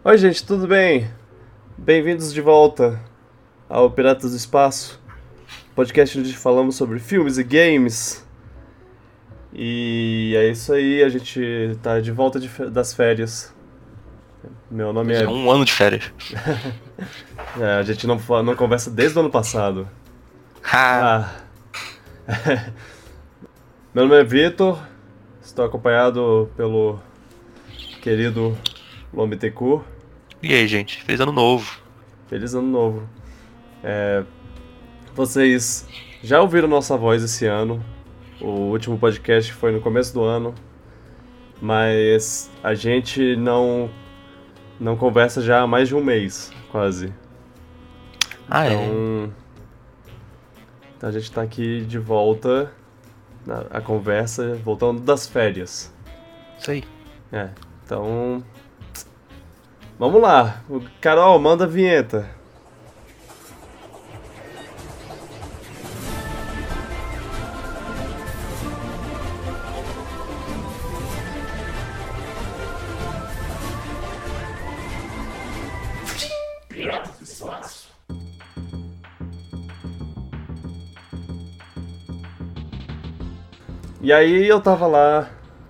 Oi, gente, tudo bem? Bem-vindos de volta ao Piratas do Espaço, podcast onde falamos sobre filmes e games. E é isso aí, a gente tá de volta das férias. Meu nome Pois é, é. um ano de férias. A gente não conversa desde o ano passado. Ha! Ah, meu nome é Vitor, estou acompanhado pelo querido Lombitecu. E aí, gente? Feliz ano novo. Feliz Ano Novo. Vocês já ouviram nossa voz esse ano? O último podcast foi no começo do ano, mas a gente não conversa já há mais de um mês, quase. Ah, é. Então a gente tá aqui de volta a conversa, voltando das férias. Isso aí. Então, vamos lá. Carol, manda a vinheta. E aí eu tava lá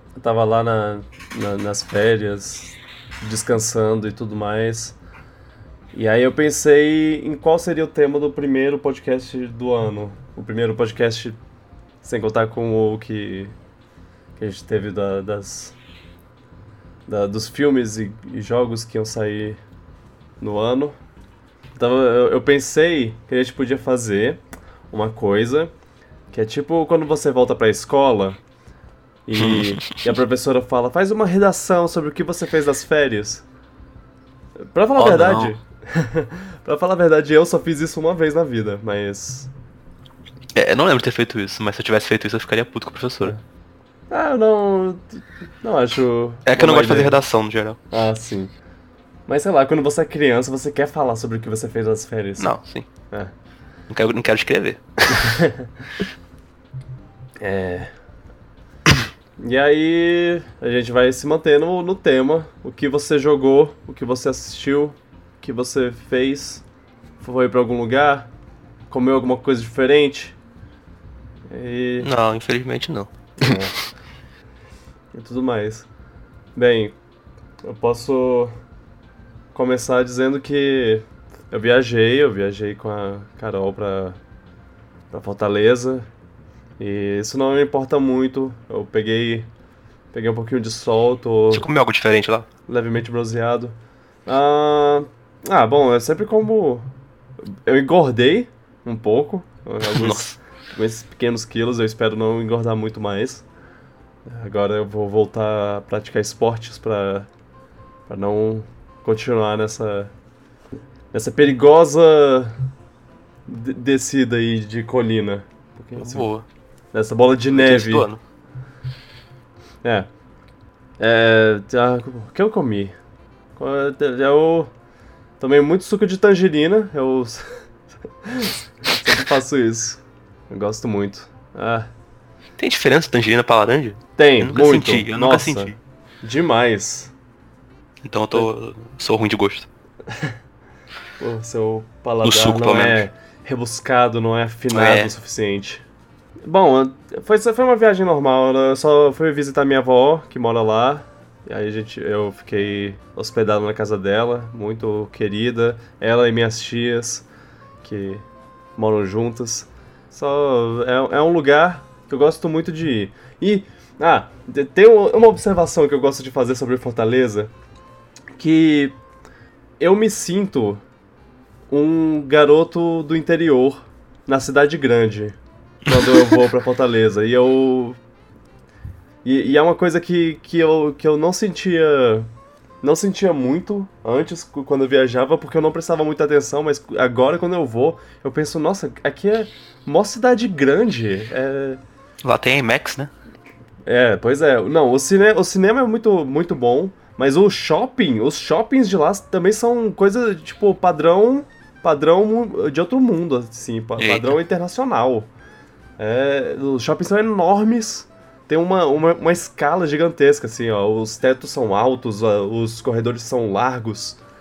nas férias, descansando e tudo mais. E aí eu pensei em qual seria o tema do primeiro podcast do ano. O primeiro podcast, sem contar com o que a gente teve dos filmes e jogos que iam sair no ano. Então eu pensei que a gente podia fazer uma coisa que é tipo quando você volta pra escola e a professora fala, faz uma redação sobre o que você fez nas férias. Pra falar a Oh, verdade, pra falar a verdade, eu só fiz isso uma vez na vida, mas... Eu não lembro de ter feito isso, mas se eu tivesse feito isso eu ficaria puto com a professora. Eu não acho... É que eu não uma gosto de fazer ideia. redação no geral. Ah, sim. Mas sei lá, quando você é criança, você quer falar sobre o que você fez nas férias. Não, sim. É. Não quero escrever. E aí, a gente vai se mantendo no tema. O que você jogou, o que você assistiu, o que você fez, foi pra algum lugar, comeu alguma coisa diferente. E, Não, infelizmente não. e tudo mais. Bem, eu posso começar dizendo que eu viajei com a Carol pra Fortaleza. E isso não me importa muito. Eu peguei um pouquinho de sol, tô Você comeu algo diferente lá? levemente bronzeado. Bom, eu sempre como. Eu engordei um pouco, Nossa. alguns pequenos quilos, eu espero não engordar muito mais. Agora eu vou voltar a praticar esportes pra não continuar nessa perigosa descida aí de colina. Porque, assim, Boa. nessa bola de Foi o neve. do ano. O que eu comi? Eu tomei muito suco de tangerina, eu sempre faço isso. Eu gosto muito. Tem diferença tangerina pra laranja? Tem, Eu nunca muito. senti, eu Nossa, nunca senti. demais. Então sou ruim de gosto. O seu No paladar suco, não pelo é menos. rebuscado, não é afinado É. o suficiente. Bom, foi uma viagem normal, né? Eu só fui visitar minha avó, que mora lá. E aí eu fiquei hospedado na casa dela, muito querida. Ela e minhas tias, que moram juntas. É um lugar que eu gosto muito de ir. E, tem uma observação que eu gosto de fazer sobre Fortaleza, que eu me sinto um garoto do interior na cidade grande quando eu vou pra Fortaleza. E é uma coisa que eu não sentia muito antes, quando eu viajava, porque eu não prestava muita atenção, mas agora quando eu vou, eu penso, nossa, aqui é mó cidade grande. Lá tem IMAX, né? Pois é. Não, o cinema é muito, muito bom, mas os shoppings de lá também são coisa, tipo, padrão de outro mundo, assim, padrão Eita. internacional. Os shoppings são enormes, tem uma escala gigantesca, assim, ó. Os tetos são altos, os corredores são largos.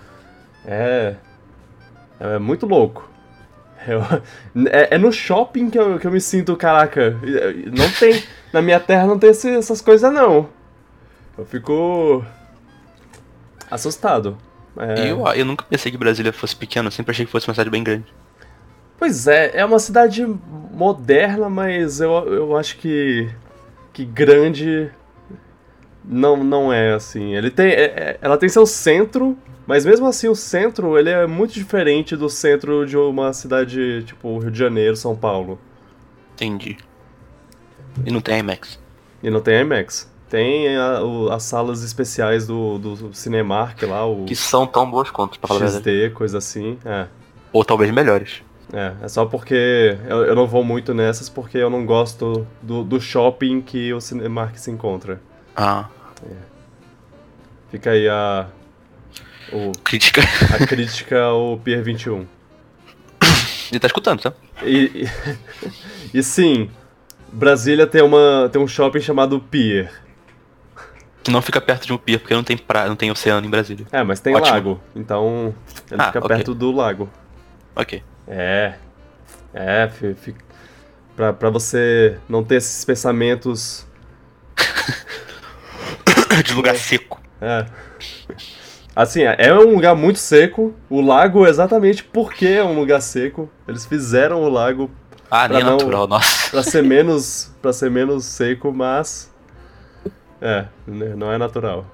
É, é muito louco. Eu- é no shopping que eu me sinto, caraca, não tem, na minha terra não tem essas coisas não. Eu fico assustado. É, Eu nunca pensei que Brasília fosse pequena, eu sempre achei que fosse uma cidade bem grande. pois é uma cidade moderna, mas eu acho que grande não é assim. Ele tem, ela tem seu centro, mas mesmo assim o centro ele é muito diferente do centro de uma cidade tipo Rio de Janeiro, São Paulo. Entendi. E não tem IMAX. E não tem IMAX. Tem as salas especiais do Cinemark lá, o Que são tão boas quanto, pra falar a verdade. XD, coisa assim. Ou talvez melhores. É só porque eu não vou muito nessas porque eu não gosto do shopping que o Cinemark se encontra. Ah, Fica aí crítica. a crítica ao Pier 21. Ele tá escutando, tá? E, e sim, Brasília tem um shopping chamado Pier. Que não fica perto de um pier, porque não tem praia, não tem oceano em Brasília. Mas tem Ótimo. lago, então ele fica ok. perto do lago. Ok. Pra você não ter esses pensamentos. De lugar seco. Assim, é um lugar muito seco. O lago, exatamente porque é um lugar seco. Eles fizeram o lago Ah, nem é não- natural, nossa. pra ser menos seco, mas. Não é natural.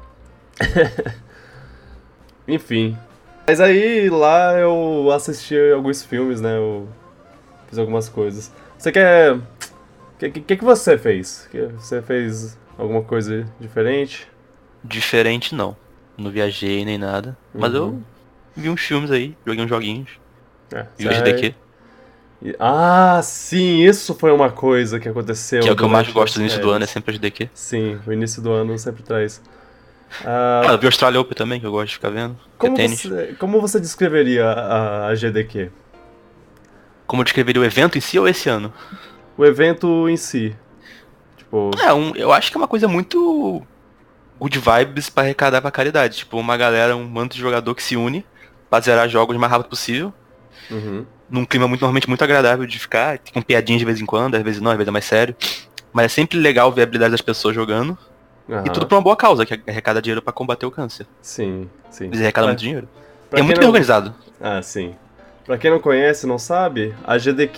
Enfim. Mas aí lá eu assisti alguns filmes, né? Eu fiz algumas coisas. Você quer. O que você fez? Você fez alguma coisa diferente? Diferente não. Não viajei nem nada. Mas eu vi uns filmes aí, joguei uns joguinhos. Vi o GDQ. Ah, sim, isso foi uma coisa que aconteceu. Que é o que eu mais durante gosto as no início do ano, é férias. sempre o GDQ. Sim, o início do ano sempre traz. Eu vi o Australia Open também, que eu gosto de ficar vendo. Que é tênis. Como você descreveria a GDQ? Como eu descreveria o evento em si ou esse ano? O evento em si. Tipo. Eu acho que é uma coisa muito good vibes pra arrecadar pra caridade. Tipo, uma galera, um bando de jogador que se une pra zerar jogos o mais rápido possível. Num clima normalmente muito agradável de ficar, com piadinhas de vez em quando, às vezes não, às vezes é mais sério. Mas é sempre legal ver a habilidade das pessoas jogando. E tudo pra uma boa causa, que arrecada dinheiro pra combater o câncer. Sim. Eles arrecadam muito dinheiro. Pra É quem muito bem organizado. sim. Pra quem não conhece, não sabe, a GDQ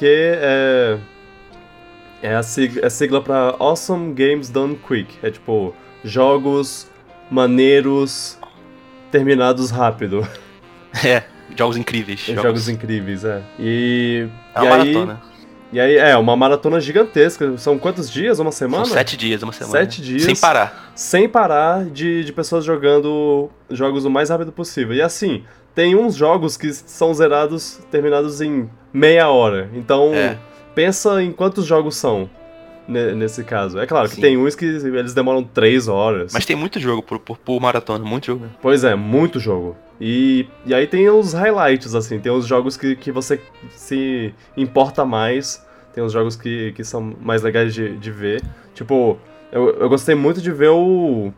é a sigla pra Awesome Games Done Quick. É tipo, jogos maneiros terminados rápido. Jogos incríveis. Jogos incríveis, E É uma maratona. E aí, uma maratona gigantesca. São quantos dias? Uma semana? São 7 dias, uma semana. 7 dias. Sem parar. Sem parar de pessoas jogando jogos o mais rápido possível. E assim, tem uns jogos que são terminados em meia hora. Então, pensa em quantos jogos são nesse caso. É claro que tem uns que eles demoram 3 horas. Mas tem muito jogo por maratona, muito jogo. Pois é, muito jogo. E aí tem os highlights, assim, tem os jogos que você se importa mais, tem os jogos que são mais legais de ver. Tipo, eu gostei muito de ver o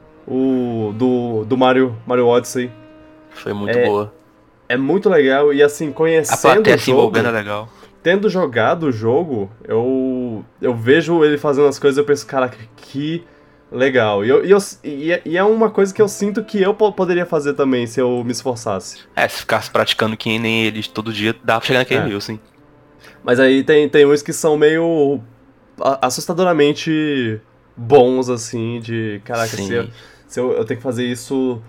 do Mario Odyssey. Foi muito boa. É muito legal, e assim, A conhecendo plateia o se jogo, envolvendo é legal. tendo jogado o jogo, eu vejo ele fazendo as coisas e eu penso, caraca, que legal. E é uma coisa que eu sinto que eu poderia fazer também se eu me esforçasse. Se ficasse praticando que nem eles todo dia, dá pra chegar naquele nível, sim. Mas aí tem uns que são meio assustadoramente bons, assim, de caraca, se eu tenho que fazer isso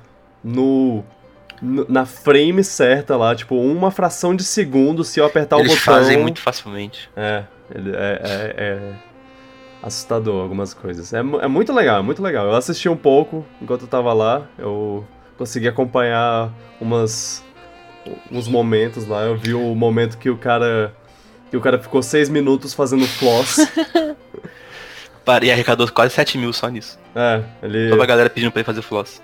na frame certa lá, tipo, uma fração de segundo, se eu apertar o botão... Eles fazem muito facilmente. É assustador algumas coisas. É muito legal, é muito legal. Eu assisti um pouco enquanto eu tava lá, eu consegui acompanhar uns momentos lá. Eu vi o momento que o cara ficou 6 minutos fazendo floss. E arrecadou quase 7 mil só nisso. Toda a galera pedindo pra ele fazer floss.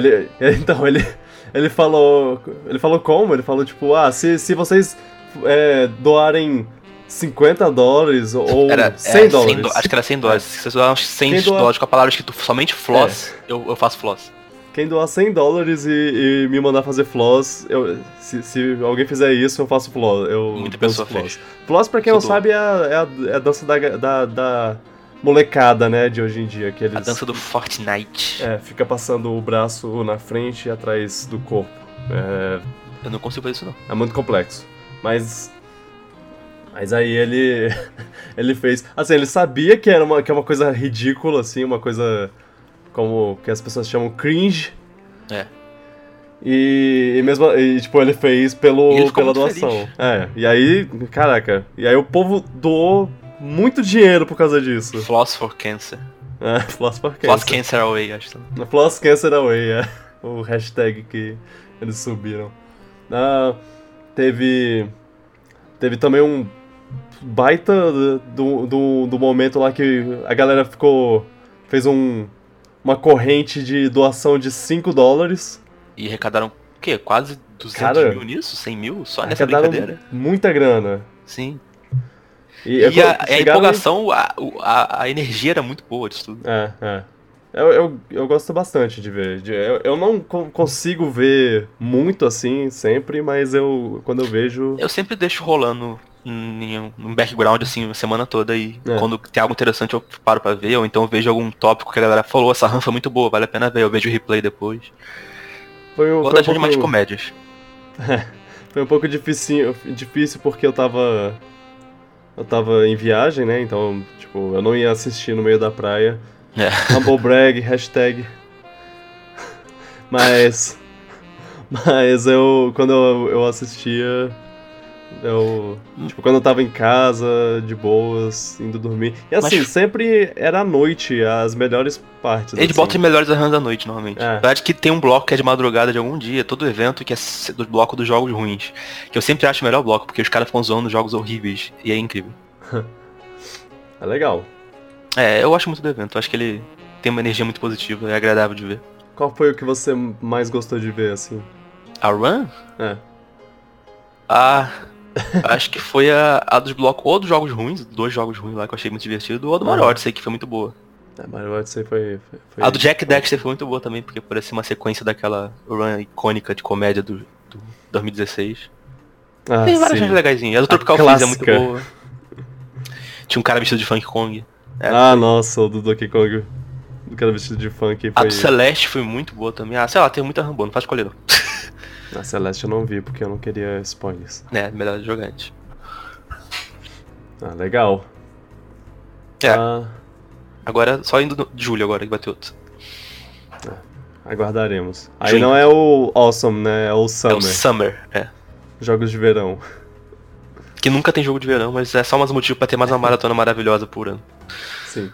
Ele falou como? Ele falou tipo, se vocês doarem $50 ou $100. Acho que era $100. Se vocês doarem uns $100 com a palavra escrito somente floss, eu faço floss. Quem doar $100 e me mandar fazer floss, se alguém fizer isso, eu faço floss. Muita pessoa fez. Floss, pra quem não sabe, é a dança da molecada, né, de hoje em dia. Que eles, a dança do Fortnite. Fica passando o braço na frente e atrás do corpo. Eu não consigo fazer isso, não. É muito complexo. Mas aí ele fez... Assim, ele sabia que é uma coisa ridícula, assim, uma coisa como que as pessoas chamam cringe. E tipo, ele fez pela doação. Feliz. E aí, caraca, o povo doou muito dinheiro por causa disso. Floss for Cancer. Floss for Cancer. Floss Cancer Away, acho. Floss Cancer Away, o hashtag que eles subiram. Teve também um baita do momento lá que a galera fez uma corrente de doação de $5. E arrecadaram o quê? Quase 200 mil nisso? 100 mil? Só nessa brincadeira? Muita grana. Sim. E a empolgação, a energia era muito boa disso tudo. Eu gosto bastante de ver. Eu não consigo ver muito assim sempre, mas quando eu vejo... Eu sempre deixo rolando no background assim a semana toda e quando tem algo interessante eu paro pra ver, ou então eu vejo algum tópico que a galera falou, essa run foi muito boa, vale a pena ver, eu vejo o replay depois. Gosto das mais de comédias. Foi um pouco difícil porque eu tava em viagem, né, então tipo, eu não ia assistir no meio da praia. Humble brag, hashtag. Mas quando eu assistia, tipo, quando eu tava em casa, de boas, indo dormir. E assim, sempre era à noite, as melhores partes. Eles botam as melhores runs da noite, normalmente. Na verdade que tem um bloco que é de madrugada de algum dia, todo evento que é do bloco dos jogos ruins. Que eu sempre acho o melhor bloco, porque os caras ficam zoando jogos horríveis, e é incrível. É legal. Eu acho muito do evento, eu acho que ele tem uma energia muito positiva, é agradável de ver. Qual foi o que você mais gostou de ver, assim? A run? Acho que foi a dos blocos, ou dos jogos ruins, 2 jogos ruins lá que eu achei muito divertido, ou a do Mario Odyssey, que foi muito boa. Mario Odyssey foi... A do Jack Dexter foi muito boa também, porque parecia uma sequência daquela run icônica de comédia do 2016. Tem várias coisas legaisinhas. A do Tropical Freeze é muito boa. Tinha um cara vestido de Funky Kong. Nossa, o do Donkey Kong. O cara vestido de funk foi... A do Celeste foi muito boa também. Sei lá, tem muita run boa, não faz escolher não. A Celeste eu não vi, porque eu não queria spoilers. Melhor jogar antes. Legal. Agora, só indo de julho agora, que vai ter outro. Aguardaremos. Aí não é o Awesome, né? É o Summer. É o Summer, Jogos de verão. Que nunca tem jogo de verão, mas é só mais um motivo pra ter mais uma maratona maravilhosa por ano. Sim.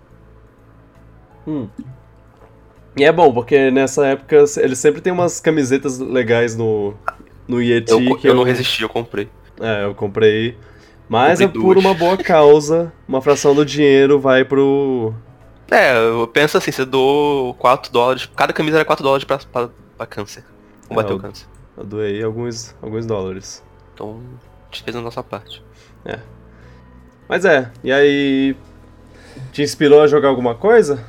E é bom, porque nessa época eles sempre tem umas camisetas legais no Yeti. Eu não resisti, eu comprei. Eu comprei. Mas é por uma boa causa. Uma fração do dinheiro vai pro... Eu penso assim, você doou $4. Cada camisa era $4 pra câncer. Combater o câncer. Eu doei alguns dólares. Então, a gente fez a nossa parte. Mas e aí... Te inspirou a jogar alguma coisa?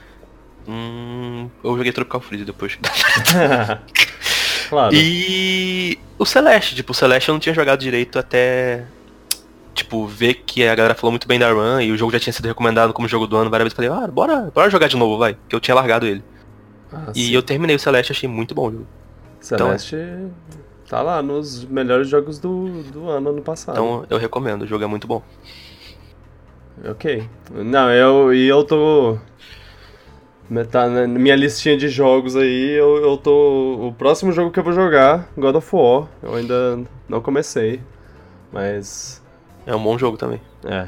Eu joguei Tropical Freeze depois. Claro. E o Celeste, o Celeste eu não tinha jogado direito até, ver que a galera falou muito bem da run e o jogo já tinha sido recomendado como jogo do ano várias vezes. Falei, bora jogar de novo, vai, que eu tinha largado ele. Sim. Eu terminei o Celeste, achei muito bom o jogo. Celeste tá lá nos melhores jogos do ano passado. Então eu recomendo, o jogo é muito bom. Ok. Não, eu tô... Tá na minha listinha de jogos aí, eu tô... O próximo jogo que eu vou jogar, God of War, eu ainda não comecei, mas... É um bom jogo também. A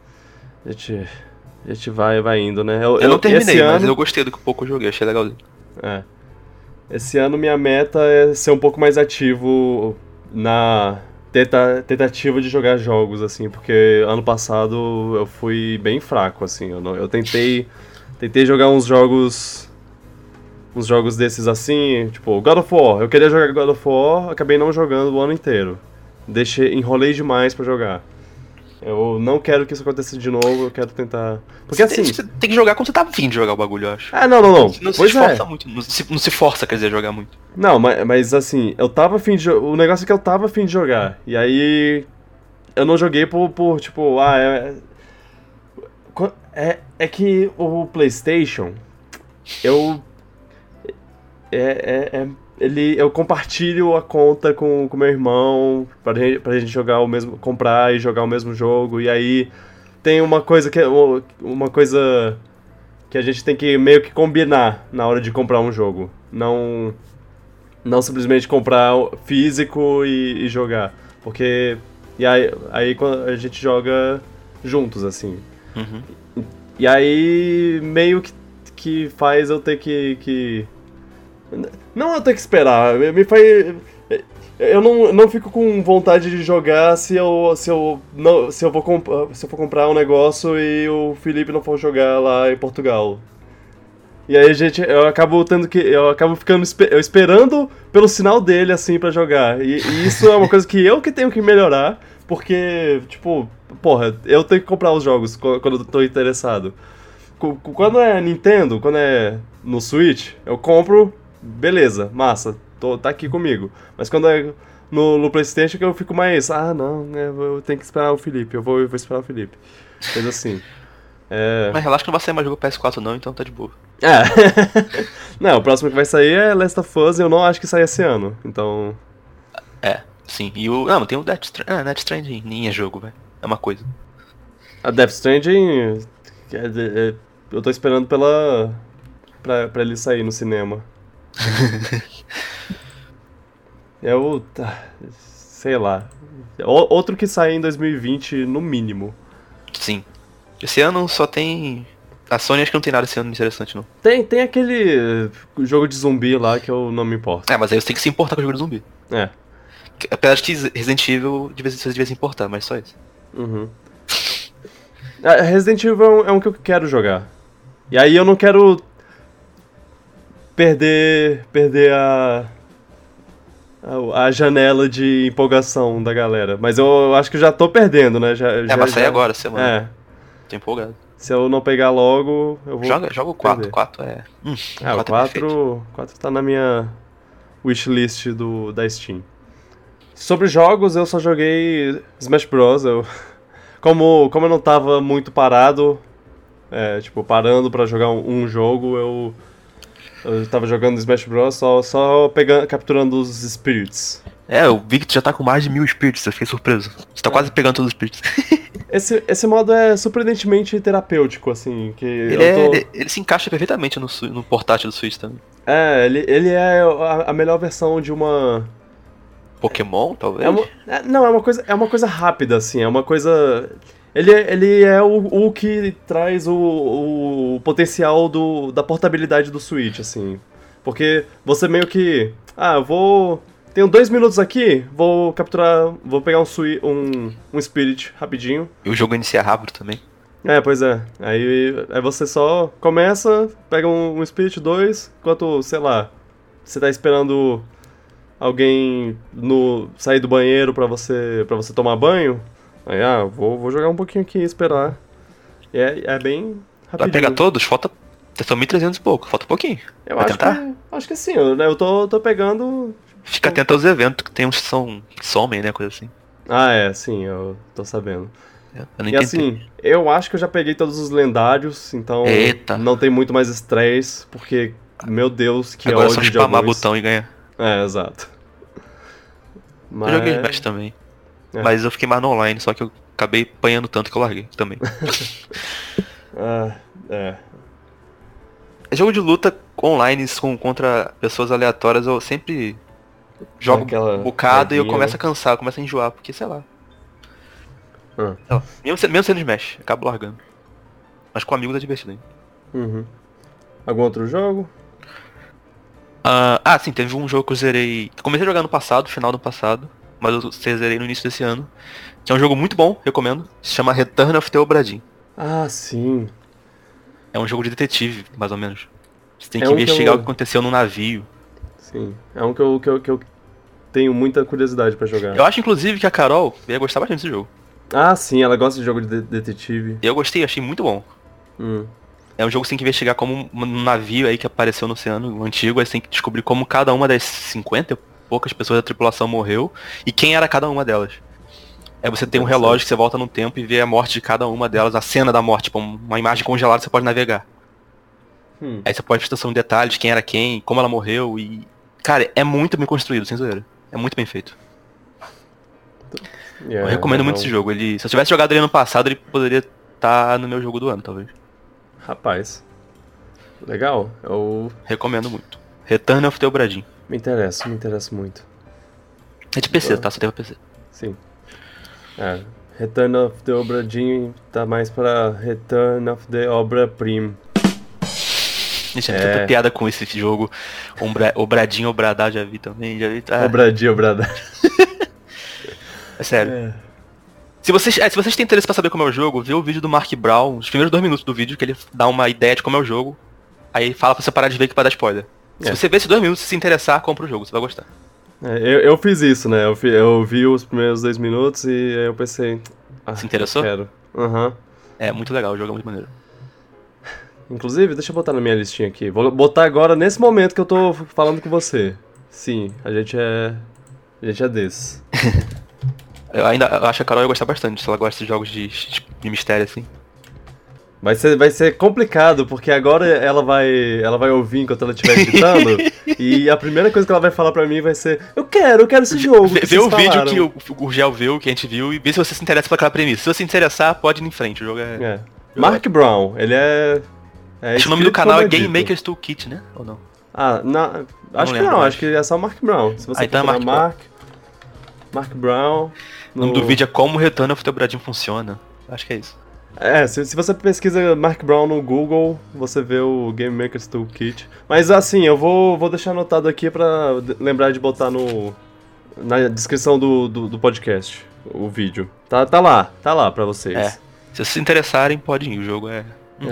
gente vai indo, né? Eu não terminei, mas eu gostei do que pouco eu joguei, achei legalzinho. Esse ano minha meta é ser um pouco mais ativo na tentativa de jogar jogos, assim, porque ano passado eu fui bem fraco, assim, eu tentei jogar uns jogos desses assim, tipo, God of War. Eu queria jogar God of War, acabei não jogando o ano inteiro. Enrolei demais pra jogar. Eu não quero que isso aconteça de novo, eu quero tentar... Porque assim... Você tem que jogar quando você tá afim de jogar o bagulho, eu acho. Não. Não se esforça muito, não se força, quer dizer, jogar muito. Não, mas assim, eu tava afim de... O negócio é que eu tava afim de jogar. E aí... Eu não joguei por tipo... É que o PlayStation... Eu compartilho a conta com meu irmão pra gente jogar o mesmo, comprar e jogar o mesmo jogo. E aí tem uma coisa que a gente tem que meio que combinar na hora de comprar um jogo. Não simplesmente comprar físico e jogar. Porque e aí quando a gente joga juntos, assim. Uhum. E aí meio que faz eu ter que não eu ter que esperar, me faz... Eu não fico com vontade de jogar se eu for comprar um negócio e o Felipe não for jogar lá em Portugal. E aí, eu acabo ficando esperando pelo sinal dele, assim, pra jogar. E isso é uma coisa que eu que tenho que melhorar, porque, tipo, porra, eu tenho que comprar os jogos quando eu tô interessado. Quando é Nintendo, quando é no Switch, eu compro, beleza, massa, tá aqui comigo. Mas quando é no PlayStation que eu fico mais, não, eu tenho que esperar o Felipe, eu vou esperar o Felipe. Coisa assim. Mas relaxa que não vai sair mais jogo PS4 não, então tá de boa. Não, o próximo que vai sair é Last of Us e eu não acho que sai esse ano, então... Sim, e não, tem o Death Stranding, nem é jogo, velho, é uma coisa. A Death Stranding... Eu tô esperando pra ele sair no cinema. Sei lá. Outro que sai em 2020, no mínimo. Sim. Esse ano só tem... A Sony acho que não tem nada esse ano interessante, não. Tem aquele jogo de zumbi lá que eu não me importo. Mas aí você tem que se importar com o jogo de zumbi. Apesar de que Resident Evil você devia se importar, mas só isso. Uhum. Resident Evil é um que eu quero jogar. E aí eu não quero perder a janela de empolgação da galera. Mas eu acho que já tô perdendo, né? Vai sair agora, semana. Tô empolgado. Se eu não pegar logo, eu vou... Joga o 4, 4 é... o 4 tá na minha wishlist da Steam. Sobre jogos, eu só joguei Smash Bros. Como eu não tava muito parado, parando pra jogar um jogo, eu tava jogando Smash Bros. só capturando os Spirits. Eu vi que tu já tá com mais de 1000 Spirits, eu fiquei surpreso. Você tá quase pegando todos os Spirits. Esse modo é surpreendentemente terapêutico, assim, que ele se encaixa perfeitamente no portátil do Switch também. Ele é a melhor versão de uma... Pokémon, talvez? É uma coisa rápida, assim, é uma coisa... Ele é o que traz o potencial da portabilidade do Switch, assim. Porque você meio que... Tenho 2 minutos aqui, vou pegar um Spirit rapidinho. E o jogo inicia rápido também. Pois é. Aí você só começa, pega um Spirit 2, enquanto, sei lá, você tá esperando alguém sair do banheiro pra você tomar banho. Aí, vou jogar um pouquinho aqui e esperar. É bem rapidinho. Vai pegar todos? São 1.300 e pouco, falta um pouquinho. Vai tentar? Acho que sim, eu tô pegando... Fica atento aos eventos, que tem uns que somem, né, coisa assim. Sim, eu tô sabendo. Eu não e assim, eu acho que eu já peguei todos os lendários, então não tem muito mais estresse, porque, meu Deus, que agora ódio de é só spamar alguns. botão e ganhar. Exato. Eu joguei Smash também. Mas eu fiquei mais no online, só que eu acabei apanhando tanto que eu larguei também. Jogo de luta online contra pessoas aleatórias, eu sempre jogo um bocado e eu começo a cansar, eu começo a enjoar, porque sei lá. Mesmo sendo Smash, acabo largando. Mas com amigos é divertido ainda. Uhum. Algum outro jogo? Sim, teve um jogo que eu zerei. Comecei a jogar no passado, final do passado, mas eu zerei no início desse ano. Que é um jogo muito bom, recomendo. Se chama Return of the Obra Dinn. Sim. É um jogo de detetive, mais ou menos. Você tem que investigar o que aconteceu no navio. Sim, é um que eu tenho muita curiosidade pra jogar. Eu acho, inclusive, que a Carol ia gostar bastante desse jogo. Ah, sim, ela gosta de jogo de detetive. Eu gostei, achei muito bom. É um jogo que você tem que investigar como um navio aí que apareceu no oceano antigo, aí você tem que descobrir como cada uma das 50 e poucas pessoas da tripulação morreu e quem era cada uma delas. Aí você tem um relógio que você volta no tempo e vê a morte de cada uma delas, a cena da morte, tipo uma imagem congelada você pode navegar. Aí você pode prestar atenção em detalhes, quem era quem, como ela morreu e... Cara, é muito bem construído, sem zoeira. É muito bem feito. Eu recomendo muito esse jogo. Se eu tivesse jogado ele ano passado, ele poderia estar no meu jogo do ano, talvez. Rapaz. Legal. Eu recomendo muito. Return of the Obra Dinn. Me interessa muito. É de PC, tá? Só tem pra PC. Sim. Return of the Obra Dinn tá mais pra Return of the Obra Prim. Gente, é muita piada com esse jogo. Obradinho, Obradá, já vi também. Obradinho, Obradá. É sério. Se vocês têm interesse pra saber como é o jogo, vê o vídeo do Mark Brown, os primeiros 2 minutos do vídeo, que ele dá uma ideia de como é o jogo. Aí fala pra você parar de ver que vai dar spoiler. Se você ver esses 2 minutos e se interessar, compra o jogo, você vai gostar. Eu fiz isso, né? Eu vi os primeiros 2 minutos e aí eu pensei... se interessou? Quero. É muito legal, o jogo é muito maneiro. Inclusive, deixa eu botar na minha listinha aqui. Vou botar agora, nesse momento que eu tô falando com você. Sim, a gente é desse. Eu acho que a Carol ia gostar bastante, se ela gosta de jogos de mistério, assim. Vai ser complicado, porque agora ela vai ouvir enquanto ela estiver editando, e a primeira coisa que ela vai falar pra mim vai ser: Eu quero esse jogo. Vê o vídeo que o Gurgel viu, que a gente viu, e vê se você se interessa por aquela premissa. Se você se interessar, pode ir em frente, o jogo é... Mark Brown, ele acho que o nome do canal é Game Maker's Toolkit, né? Ou não? Acho que não, acho que é só Mark Brown. Se você então Mark Brown... O nome do vídeo é Como o Return of the Obra Dinn funciona. Acho que é isso. Se você pesquisa Mark Brown no Google, você vê o Game Maker's Toolkit. Mas assim, eu vou deixar anotado aqui pra lembrar de botar na descrição do podcast, o vídeo. Tá lá pra vocês. Se vocês se interessarem, pode ir, o jogo é...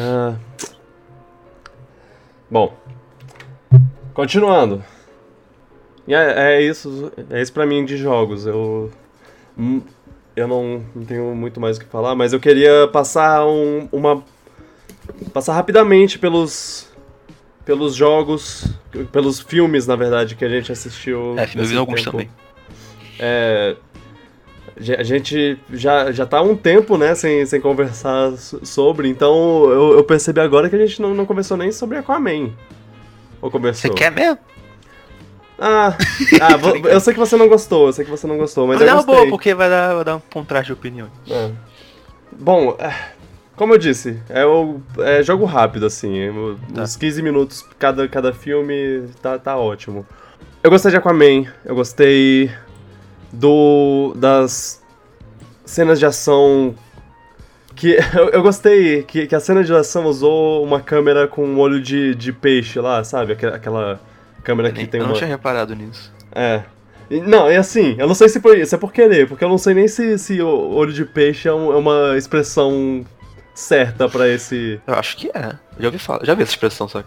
Bom, continuando. É isso pra mim de jogos. Eu não tenho muito mais o que falar, mas eu queria passar passar rapidamente pelos jogos, pelos filmes, na verdade, que a gente assistiu. Eu vi alguns também. A gente já tá há um tempo, né, sem conversar sobre, então eu percebi agora que a gente não conversou nem sobre Aquaman. Ou conversou? Você quer mesmo? Eu sei que você não gostou, mas eu é gostei. Boa, porque vai dar um contraste de opinião. Bom, como eu disse, é jogo rápido, assim, uns 15 minutos cada filme, tá ótimo. Eu gostei de Aquaman, eu gostei das cenas de ação, que eu gostei que a cena de ação usou uma câmera com um olho de peixe lá, sabe, aquela... câmera que tem eu não tinha reparado nisso. Não, é assim, eu não sei se é por querer, porque eu não sei nem se o olho de peixe é uma expressão certa pra esse... Eu acho que é. Já vi essa expressão, sabe?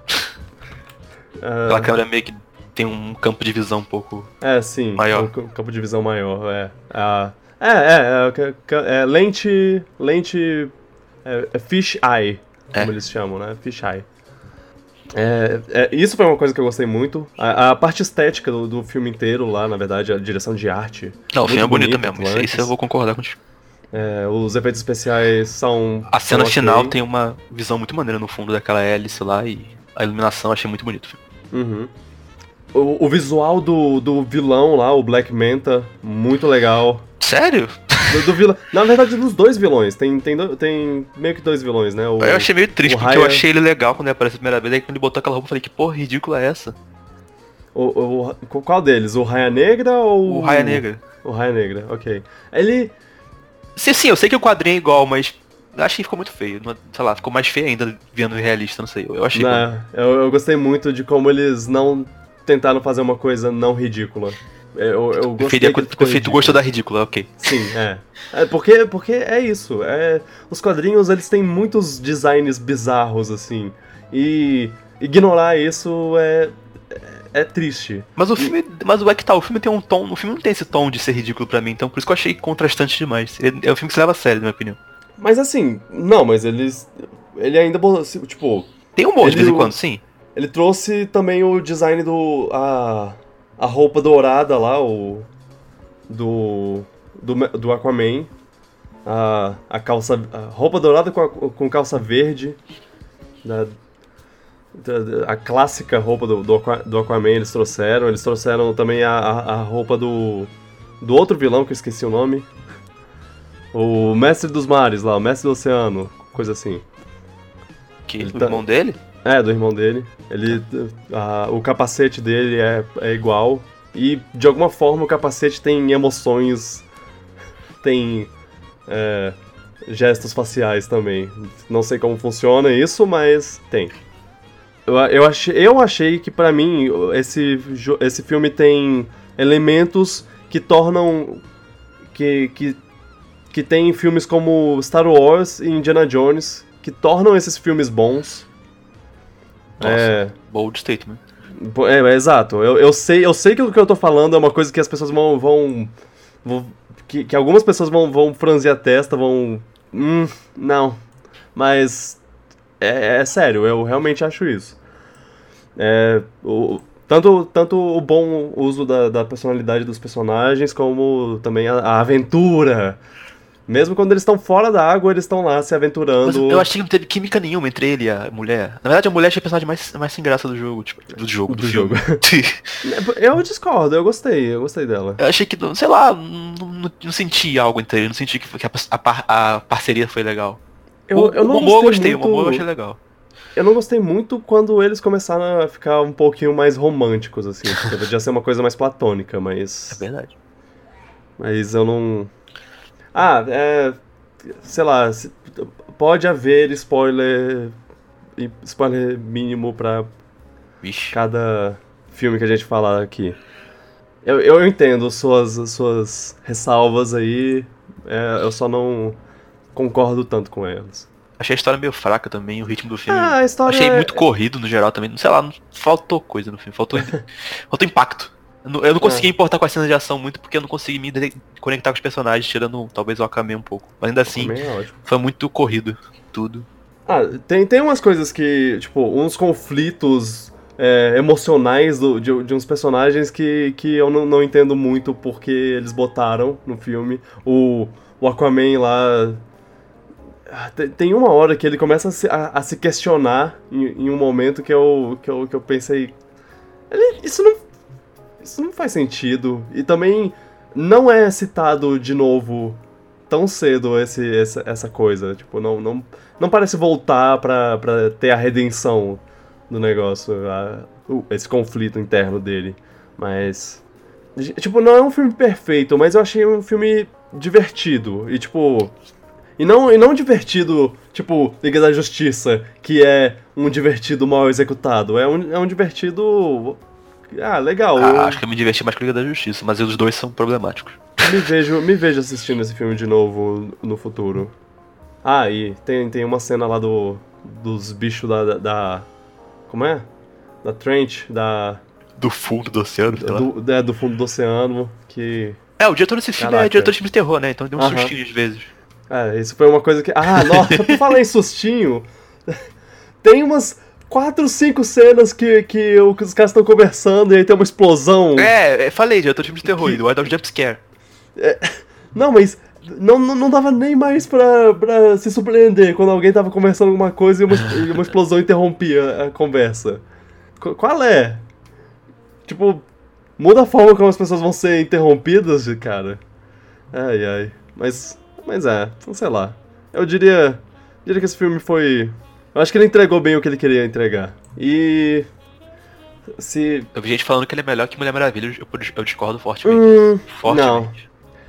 Aquela câmera meio que tem um campo de visão um pouco sim, maior. Um campo de visão maior, lente fish eye, como eles chamam, né? Fish eye. Isso foi uma coisa que eu gostei muito. A parte estética do filme inteiro lá, na verdade, a direção de arte. Não, o filme é bonito mesmo, isso eu vou concordar contigo. Os efeitos especiais são... A cena final tem uma visão muito maneira no fundo daquela hélice lá e a iluminação achei muito bonito. O visual do vilão lá, o Black Manta, muito legal. Sério? Do vilão. Na verdade, dos 2 vilões. Tem meio que 2 vilões, né? Eu achei meio triste, porque eu achei ele legal quando ele apareceu a primeira vez. Aí quando ele botou aquela roupa, eu falei, que porra ridícula é essa? Qual deles? O Raia Negra ou... O Raia Negra. O Raia Negra, ok. Ele... Sim, eu sei que o quadrinho é igual, mas acho que ficou muito feio. Sei lá, ficou mais feio ainda vendo realista, não sei. Eu achei... Eu gostei muito de como eles não tentaram fazer uma coisa não ridícula. Eu gostei. Tu gostou da ridícula, ok. Sim, porque é isso. Os quadrinhos, eles têm muitos designs bizarros, assim. E ignorar isso é triste. Mas o filme o filme tem um tom, o filme não tem esse tom de ser ridículo pra mim, então por isso que eu achei contrastante demais. É um filme que se leva a sério, na minha opinião. Mas assim, não, mas ele ainda, tipo... Tem humor de vez em quando, sim. Ele trouxe também o design a roupa dourada lá, do Aquaman. A roupa dourada com calça verde. A clássica roupa do Aquaman eles trouxeram. Eles trouxeram também a roupa do outro vilão, que eu esqueci o nome. O Mestre dos Mares lá, o Mestre do Oceano, coisa assim. Do irmão dele? É, do irmão dele. O capacete dele é igual. E, de alguma forma, o capacete tem emoções, tem gestos faciais também. Não sei como funciona isso, mas tem. Eu achei que, pra mim, esse filme tem elementos que tornam... que tem filmes como Star Wars e Indiana Jones, que tornam esses filmes bons. Nossa, bold statement. Exato. Eu sei que o que eu tô falando é uma coisa que as pessoas vão que algumas pessoas vão franzir a testa, não. Mas é sério, eu realmente acho isso. Tanto o bom uso da personalidade dos personagens, como também a aventura. Mesmo quando eles estão fora da água, eles estão lá se aventurando. Mas eu achei que não teve química nenhuma entre ele e a mulher. Na verdade, a mulher achei a personagem mais sem graça do jogo, tipo, do filme. Eu discordo, eu gostei dela. Eu achei que, sei lá, não senti algo entre eles, não senti que a parceria foi legal. Eu não gostei, o Momoa eu achei legal. Eu não gostei muito quando eles começaram a ficar um pouquinho mais românticos, assim. Podia ser uma coisa mais platônica, mas... É verdade. Mas eu não... sei lá, pode haver spoiler mínimo pra cada filme que a gente falar aqui. Eu entendo suas ressalvas aí, eu só não concordo tanto com elas. Achei a história meio fraca também, o ritmo do filme. A história achei muito corrido no geral também, sei lá, faltou coisa no filme, faltou impacto. Eu não consegui importar com as cenas de ação muito porque eu não consegui me conectar com os personagens, tirando talvez o Aquaman um pouco. Mas ainda assim, foi muito corrido, tudo. Tem umas coisas que, tipo, uns conflitos emocionais de uns personagens que eu não entendo muito porque eles botaram no filme. O Aquaman lá... Tem uma hora que ele começa a se questionar em um momento que eu pensei... Isso não faz sentido. E também não é citado de novo tão cedo essa coisa. Tipo, não parece voltar pra ter a redenção do negócio. Esse conflito interno dele. Mas... Tipo, não é um filme perfeito, mas eu achei um filme divertido. E tipo... E não divertido, tipo, Liga da Justiça, que é um divertido mal executado. É um divertido... legal. Acho que eu me diverti mais com a Liga da Justiça, mas os dois são problemáticos. Me vejo assistindo esse filme de novo no futuro. E tem uma cena lá dos bichos da como é? Da Trench, do fundo do oceano, sei lá. Do fundo do oceano, que... O diretor desse filme é diretor de filme de terror, né? Então deu um sustinho às vezes. Isso foi uma coisa que... nossa, pra falar em sustinho, tem umas 4, 5 cenas que os caras estão conversando e aí tem uma explosão. Falei, diretor de filme de terror, do Wild Jump Scare. Não, mas não dava nem mais pra se surpreender quando alguém tava conversando alguma coisa e uma explosão interrompia a conversa. Qual é? Tipo, muda a forma como as pessoas vão ser interrompidas, cara. Ai. Mas sei lá. Eu diria que esse filme foi... Eu acho que ele entregou bem o que ele queria entregar. E... Eu vi gente falando que ele é melhor que Mulher Maravilha, eu discordo fortemente. Não.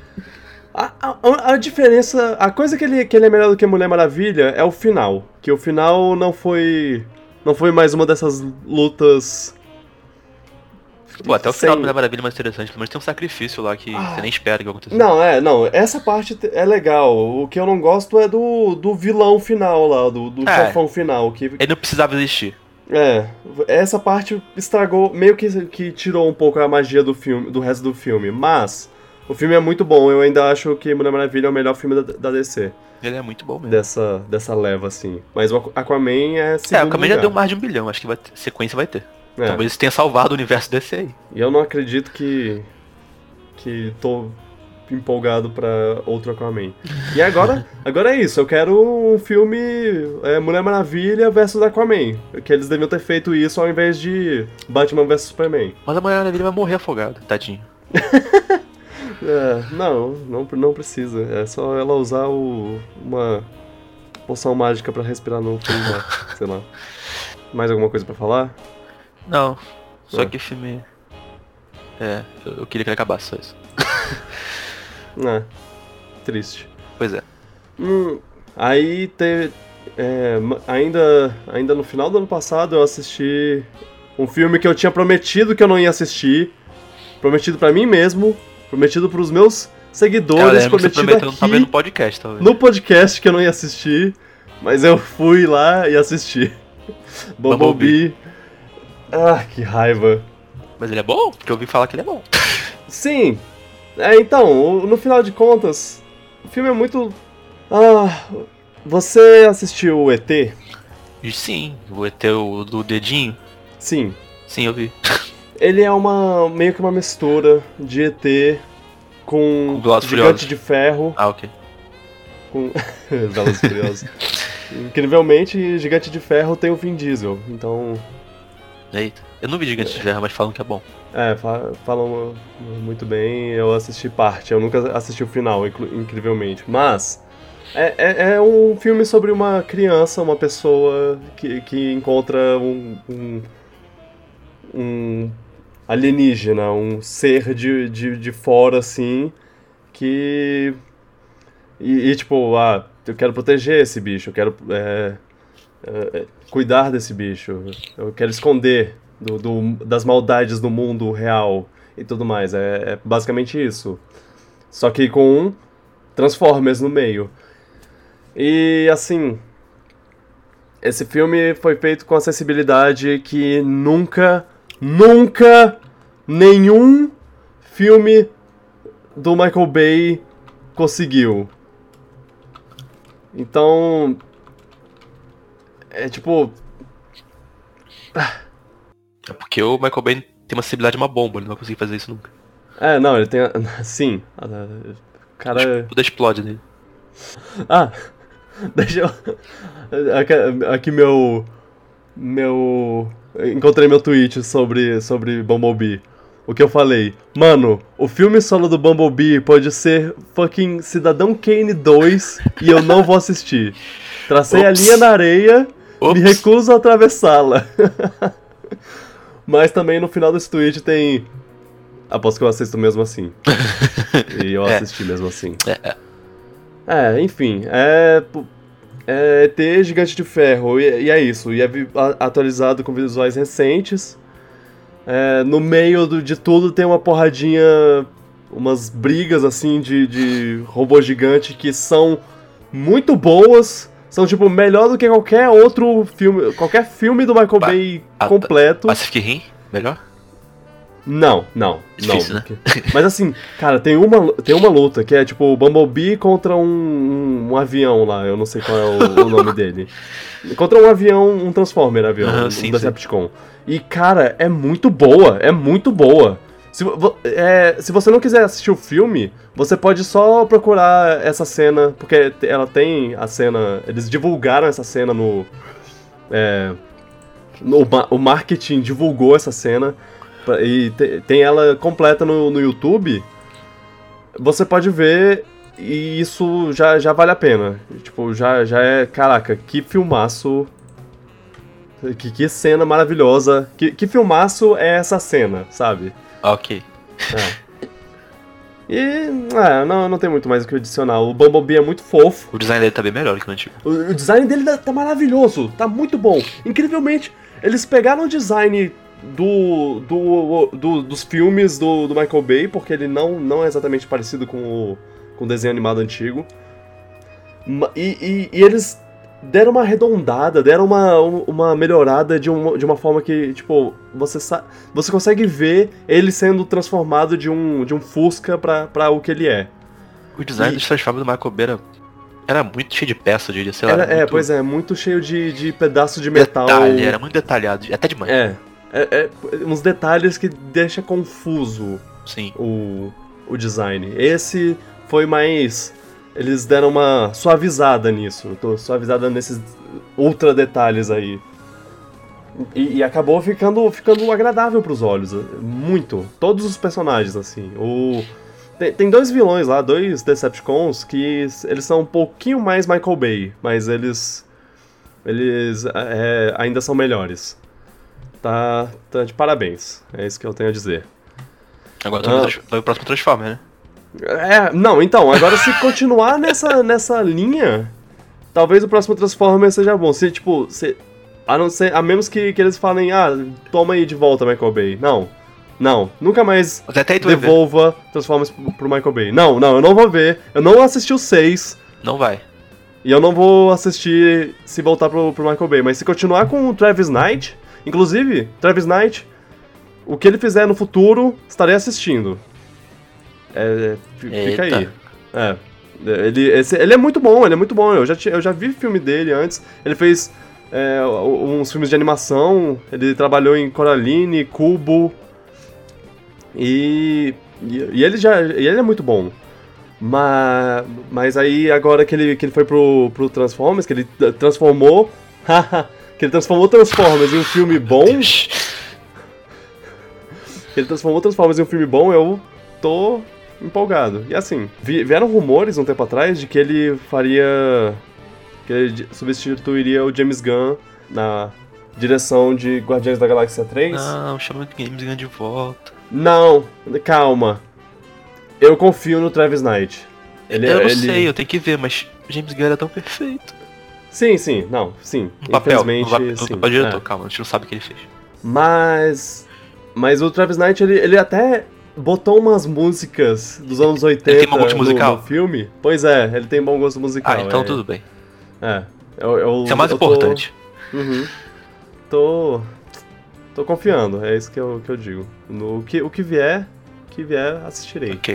A diferença... A coisa que ele é melhor do que Mulher Maravilha é o final. Que o final não foi mais uma dessas lutas... Até o final do Mulher Maravilha é mais interessante, mas tem um sacrifício lá que você nem espera que aconteça. Não, essa parte é legal. O que eu não gosto é do vilão final lá, do chefão final. Que... Ele não precisava existir. Essa parte estragou, meio que tirou um pouco a magia do filme, do resto do filme, mas o filme é muito bom, eu ainda acho que Mulher Maravilha é o melhor filme da DC. Ele é muito bom mesmo. Dessa leva, assim. Mas o Aquaman é segundo o Aquaman lugar. já deu mais de 1 bilhão, acho que sequência vai ter. Talvez isso tenha salvado o universo DC aí. E eu não acredito que tô empolgado pra outro Aquaman. E agora é isso, eu quero um filme Mulher Maravilha versus Aquaman. Que eles deviam ter feito isso ao invés de Batman versus Superman. Mas a Mulher Maravilha vai morrer afogada, tadinho. Não precisa. É só ela usar uma poção mágica pra respirar no filme lá, sei lá. Mais alguma coisa pra falar? Não, só que o filme... eu queria que ele acabasse, só isso. Triste. Pois é. Aí teve... ainda no final do ano passado eu assisti um filme que eu tinha prometido que eu não ia assistir. Prometido pra mim mesmo. Prometido pros meus seguidores. Prometido aqui talvez no podcast, talvez. No podcast que eu não ia assistir. Mas eu fui lá e assisti. Bumblebee. Que raiva. Mas ele é bom? Porque eu ouvi falar que ele é bom. Sim. Então, no final de contas, o filme é muito... você assistiu o ET? Sim, o ET do dedinho. Sim. Sim, eu vi. Ele é meio que uma mistura de ET com Gigante de Ferro. Ok. Com Velozes e Furiosos. Incrivelmente, Gigante de Ferro tem o Vin Diesel, então... Eita, eu não vi Gigante de Ferro, mas falam que é bom. Falam muito bem, eu assisti parte, eu nunca assisti o final, incrivelmente. Mas, é um filme sobre uma criança, uma pessoa que encontra um alienígena, um ser de fora, assim, que... tipo, eu quero proteger esse bicho, eu quero cuidar desse bicho, eu quero esconder das maldades do mundo real e tudo mais. É basicamente isso. Só que com Transformers no meio. E assim, esse filme foi feito com acessibilidade que nunca nenhum filme do Michael Bay conseguiu. Então, tipo... É porque o Michael Bay tem uma acessibilidade de uma bomba, ele não vai conseguir fazer isso nunca. Não, ele tem... Sim. O cara... Tudo explode nele. Deixa eu... Aqui meu... Encontrei meu tweet sobre Bumblebee. O que eu falei? Mano, o filme solo do Bumblebee pode ser fucking Cidadão Kane 2 e eu não vou assistir. Tracei a linha na areia, me recuso a atravessá-la. Mas também no final desse tweet tem... Aposto que eu assisto mesmo assim. E eu assisti mesmo assim. Enfim, ET Gigante de Ferro, e é isso. E é atualizado com visuais recentes. No meio de tudo tem uma porradinha, umas brigas assim de robô gigante que são muito boas. São, tipo, melhor do que qualquer outro filme, qualquer filme do Michael Bay completo. Pacific Rim? Melhor? Não. Difícil, né? Mas assim, cara, tem uma luta que é tipo o Bumblebee contra um avião lá, eu não sei qual é o nome dele. Contra um avião, um Transformer avião, um Decepticon. E, cara, é muito boa. Se você não quiser assistir o filme, você pode só procurar essa cena, porque ela tem a cena... Eles divulgaram essa cena o marketing divulgou essa cena, e tem ela completa no YouTube. Você pode ver, e isso já vale a pena. Tipo, já é... Caraca, que filmaço... Que cena maravilhosa. Que filmaço é essa cena, sabe? Ok. E... não tem muito mais o que adicionar. O Bumblebee é muito fofo. O design dele tá bem melhor que o antigo. O design dele tá maravilhoso. Tá muito bom. Incrivelmente, eles pegaram o design dos filmes do Michael Bay, porque ele não é exatamente parecido com o desenho animado antigo. E eles deram uma arredondada, deram uma melhorada de uma forma que, tipo, você consegue ver ele sendo transformado de um Fusca pra o que ele é. O design dos Transformers do Michael Bay era muito cheio de peça, eu diria, sei lá. Pois é, muito cheio de pedaço de metal. Era muito detalhado, até demais. Uns detalhes que deixa confuso. Sim. O design. Esse foi mais... Eles deram uma suavizada nisso. Suavizada nesses ultra detalhes aí. E acabou ficando agradável pros olhos. Muito. Todos os personagens, assim. Tem dois vilões lá, dois Decepticons, que eles são um pouquinho mais Michael Bay. Mas eles ainda são melhores. Tá de parabéns. É isso que eu tenho a dizer. Agora foi o próximo Transformer, né? Não, então, agora se continuar nessa linha, talvez o próximo Transformer seja bom. Se, tipo, a menos que eles falem, toma aí de volta, Michael Bay. Não, nunca mais devolva Transformers pro Michael Bay. Não, eu não vou ver. Eu não assisti o 6. Não vai. E eu não vou assistir se voltar pro Michael Bay. Mas se continuar com o Travis Knight, inclusive, Travis Knight, o que ele fizer no futuro, estarei assistindo. Fica aí. Ele é muito bom, eu já vi filme dele antes. Ele fez uns filmes de animação. Ele trabalhou em Coraline, Kubo. E ele é muito bom. Mas aí agora que ele foi pro Transformers, que ele transformou Transformers em um filme bom. Ele transformou Transformers em um filme bom, eu tô empolgado. E assim, vieram rumores um tempo atrás de que ele que ele substituiria o James Gunn na direção de Guardiões da Galáxia 3. Não, chama o James Gunn de volta. Não, calma. Eu confio no Travis Knight. Eu não sei, eu tenho que ver, mas o James Gunn era tão perfeito. Sim. No papel, infelizmente, sim. No diretor, calma, a gente não sabe o que ele fez. Mas o Travis Knight, ele até botou umas músicas dos anos 80 ele tem bom gosto musical? No filme. Pois é, ele tem bom gosto musical. Então tudo bem. Isso é mais importante. Tô confiando, é isso que eu digo. O que vier, assistirei. Ok.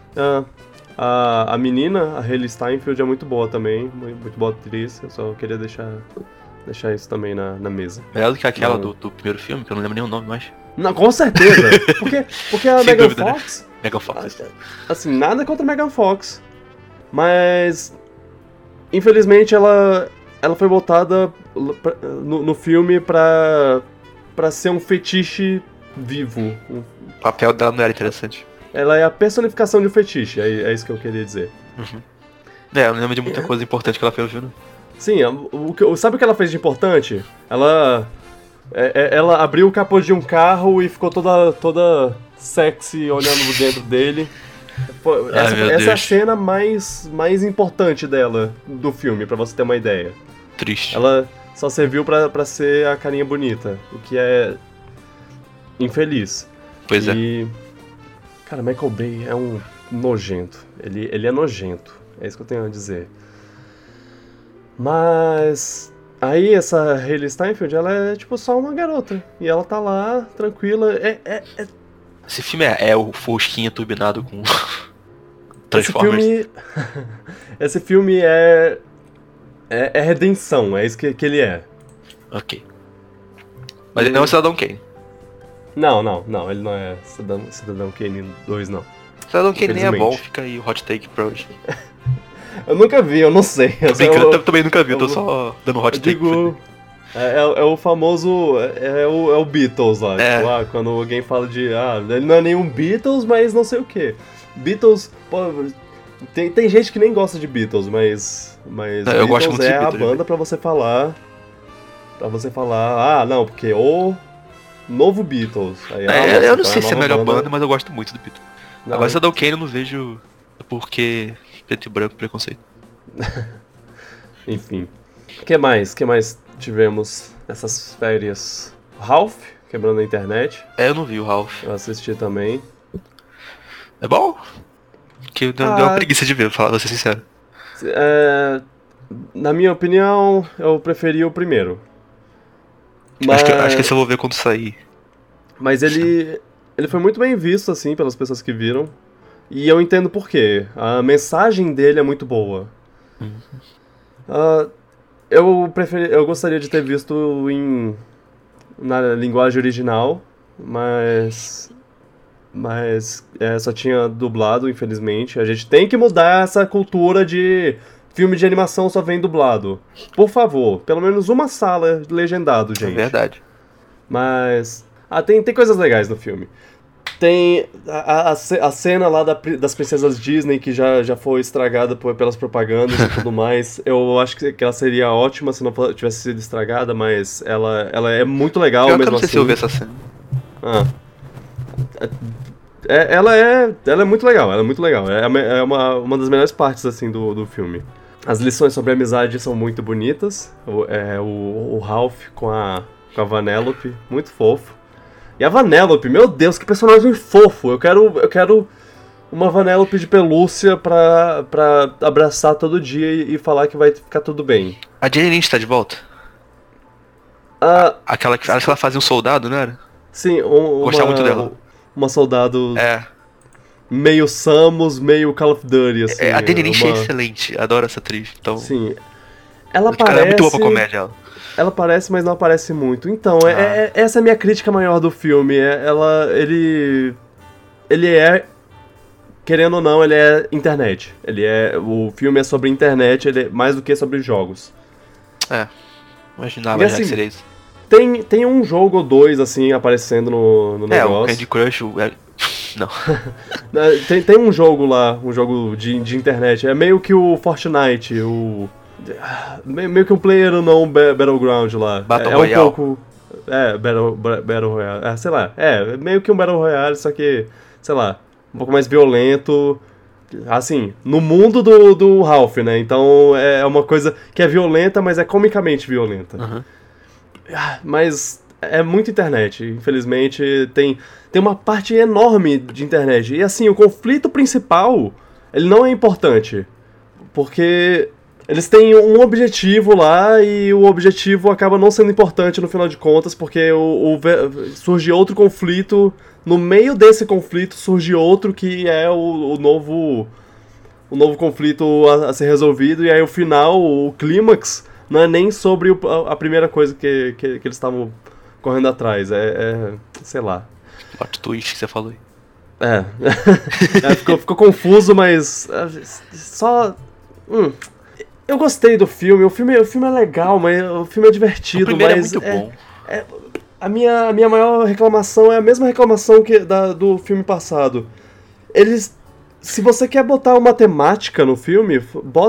A menina, a Hailey Steinfeld, é muito boa também, muito boa atriz. Eu só queria deixar isso também na mesa. Melhor do que aquela do primeiro filme, que eu não lembro nem o nome mais. Não, com certeza. Porque a Megan Fox... Né? Megan Fox. Assim, nada contra a Megan Fox. Mas... Infelizmente, ela foi botada no filme pra ser um fetiche vivo. O papel dela não era interessante. Ela é a personificação de um fetiche, é isso que eu queria dizer. Uhum. Eu não lembro de muita coisa importante que ela fez, viu? Sim, sabe o que ela fez de importante? Ela abriu o capô de um carro e ficou toda sexy olhando dentro dele. Essa é a cena mais importante dela, do filme, pra você ter uma ideia. Triste. Ela só serviu pra ser a carinha bonita, o que é infeliz. Pois é. Cara, Michael Bay é um nojento. Ele é nojento. É isso que eu tenho a dizer. Mas... Aí essa Hailey Steinfeld, ela é tipo só uma garota. E ela tá lá, tranquila. Esse filme é o Fusquinha turbinado com Transformers. Esse filme é redenção, é isso que ele é. Ok. Mas ele não é Cidadão Kane. Não, ele não é Cidadão Kane 2, não. Cidadão Kane nem é bom, fica aí o hot take pra hoje. Eu nunca vi, eu não sei. Eu também nunca vi, eu tô só dando hot take. É o famoso. É o Beatles lá. Tipo, quando alguém fala de. Ele não é nenhum Beatles, mas não sei o que. Beatles. Pô, tem gente que nem gosta de Beatles, mas eu gosto muito de a Beatles, banda pra você falar. Não, porque o novo Beatles. Aí, eu não sei se é a melhor banda, mas eu gosto muito do Beatles. Não. Agora Cidadão Kane eu não vejo porque preto e branco preconceito. Enfim. O que mais tivemos nessas férias? Ralph, quebrando a internet. Eu não vi o Ralph. Eu assisti também. É bom? Que deu uma preguiça de ver, pra ser sincero. Na minha opinião, eu preferi o primeiro. Mas... Acho que esse eu vou ver quando sair. Mas ele foi muito bem visto, assim, pelas pessoas que viram. E eu entendo por quê. A mensagem dele é muito boa. Eu gostaria de ter visto na linguagem original, mas só tinha dublado, infelizmente. A gente tem que mudar essa cultura de filme de animação só vem dublado. Por favor, pelo menos uma sala legendado, gente. É verdade. Mas... tem coisas legais no filme. Tem a cena lá das princesas Disney, que já foi estragada pelas propagandas e tudo mais. Eu acho que ela seria ótima se não tivesse sido estragada, mas ela é muito legal mesmo assim. Eu não sei se eu vi essa cena. Ela é muito legal, ela é muito legal. É uma das melhores partes, assim, do filme. As lições sobre amizade são muito bonitas. O Ralph com a Vanellope, muito fofo. E a Vanellope, meu Deus, que personagem fofo. Eu quero uma Vanellope de pelúcia pra abraçar todo dia e falar que vai ficar tudo bem. A Jane Lynch tá de volta? Aquela que ela fazia um soldado, não era? Sim, gostava muito dela. Uma soldado meio Samus, meio Call of Duty, assim. A Jane Lynch é excelente, adoro essa atriz. Então... Sim. Ela parece... é muito boa pra comédia, ela. Ela aparece, mas não aparece muito. Então, essa é a minha crítica maior do filme. Ele é, querendo ou não, ele é internet. O filme é sobre internet, ele é mais do que sobre jogos. Imaginava já que seria isso. Tem um jogo ou dois, assim, aparecendo no negócio. O Candy Crush... Não. tem um jogo lá, um jogo de internet. É meio que o Fortnite, meio que um PlayerUnknown Battleground lá. Battle Royale. Um pouco... Battle Royale. Sei lá. Meio que um Battle Royale, só que, sei lá, um pouco mais violento. Assim, no mundo do Ralph, né? Então é uma coisa que é violenta, mas é comicamente violenta. Uhum. Mas é muito internet. Infelizmente, tem uma parte enorme de internet. E assim, o conflito principal, ele não é importante. Porque... eles têm um objetivo lá e o objetivo acaba não sendo importante no final de contas, porque surge outro conflito. No meio desse conflito surge outro que é o novo conflito a ser resolvido. E aí o final, o clímax, não é nem sobre a primeira coisa que eles estavam correndo atrás. Sei lá. Plot twist que você falou aí. Ficou confuso, mas... só... Eu gostei do filme. O filme é legal, mas o filme é divertido. O primeiro mas é muito bom. A minha maior reclamação é a mesma reclamação do filme passado. Se você quer botar uma temática no filme,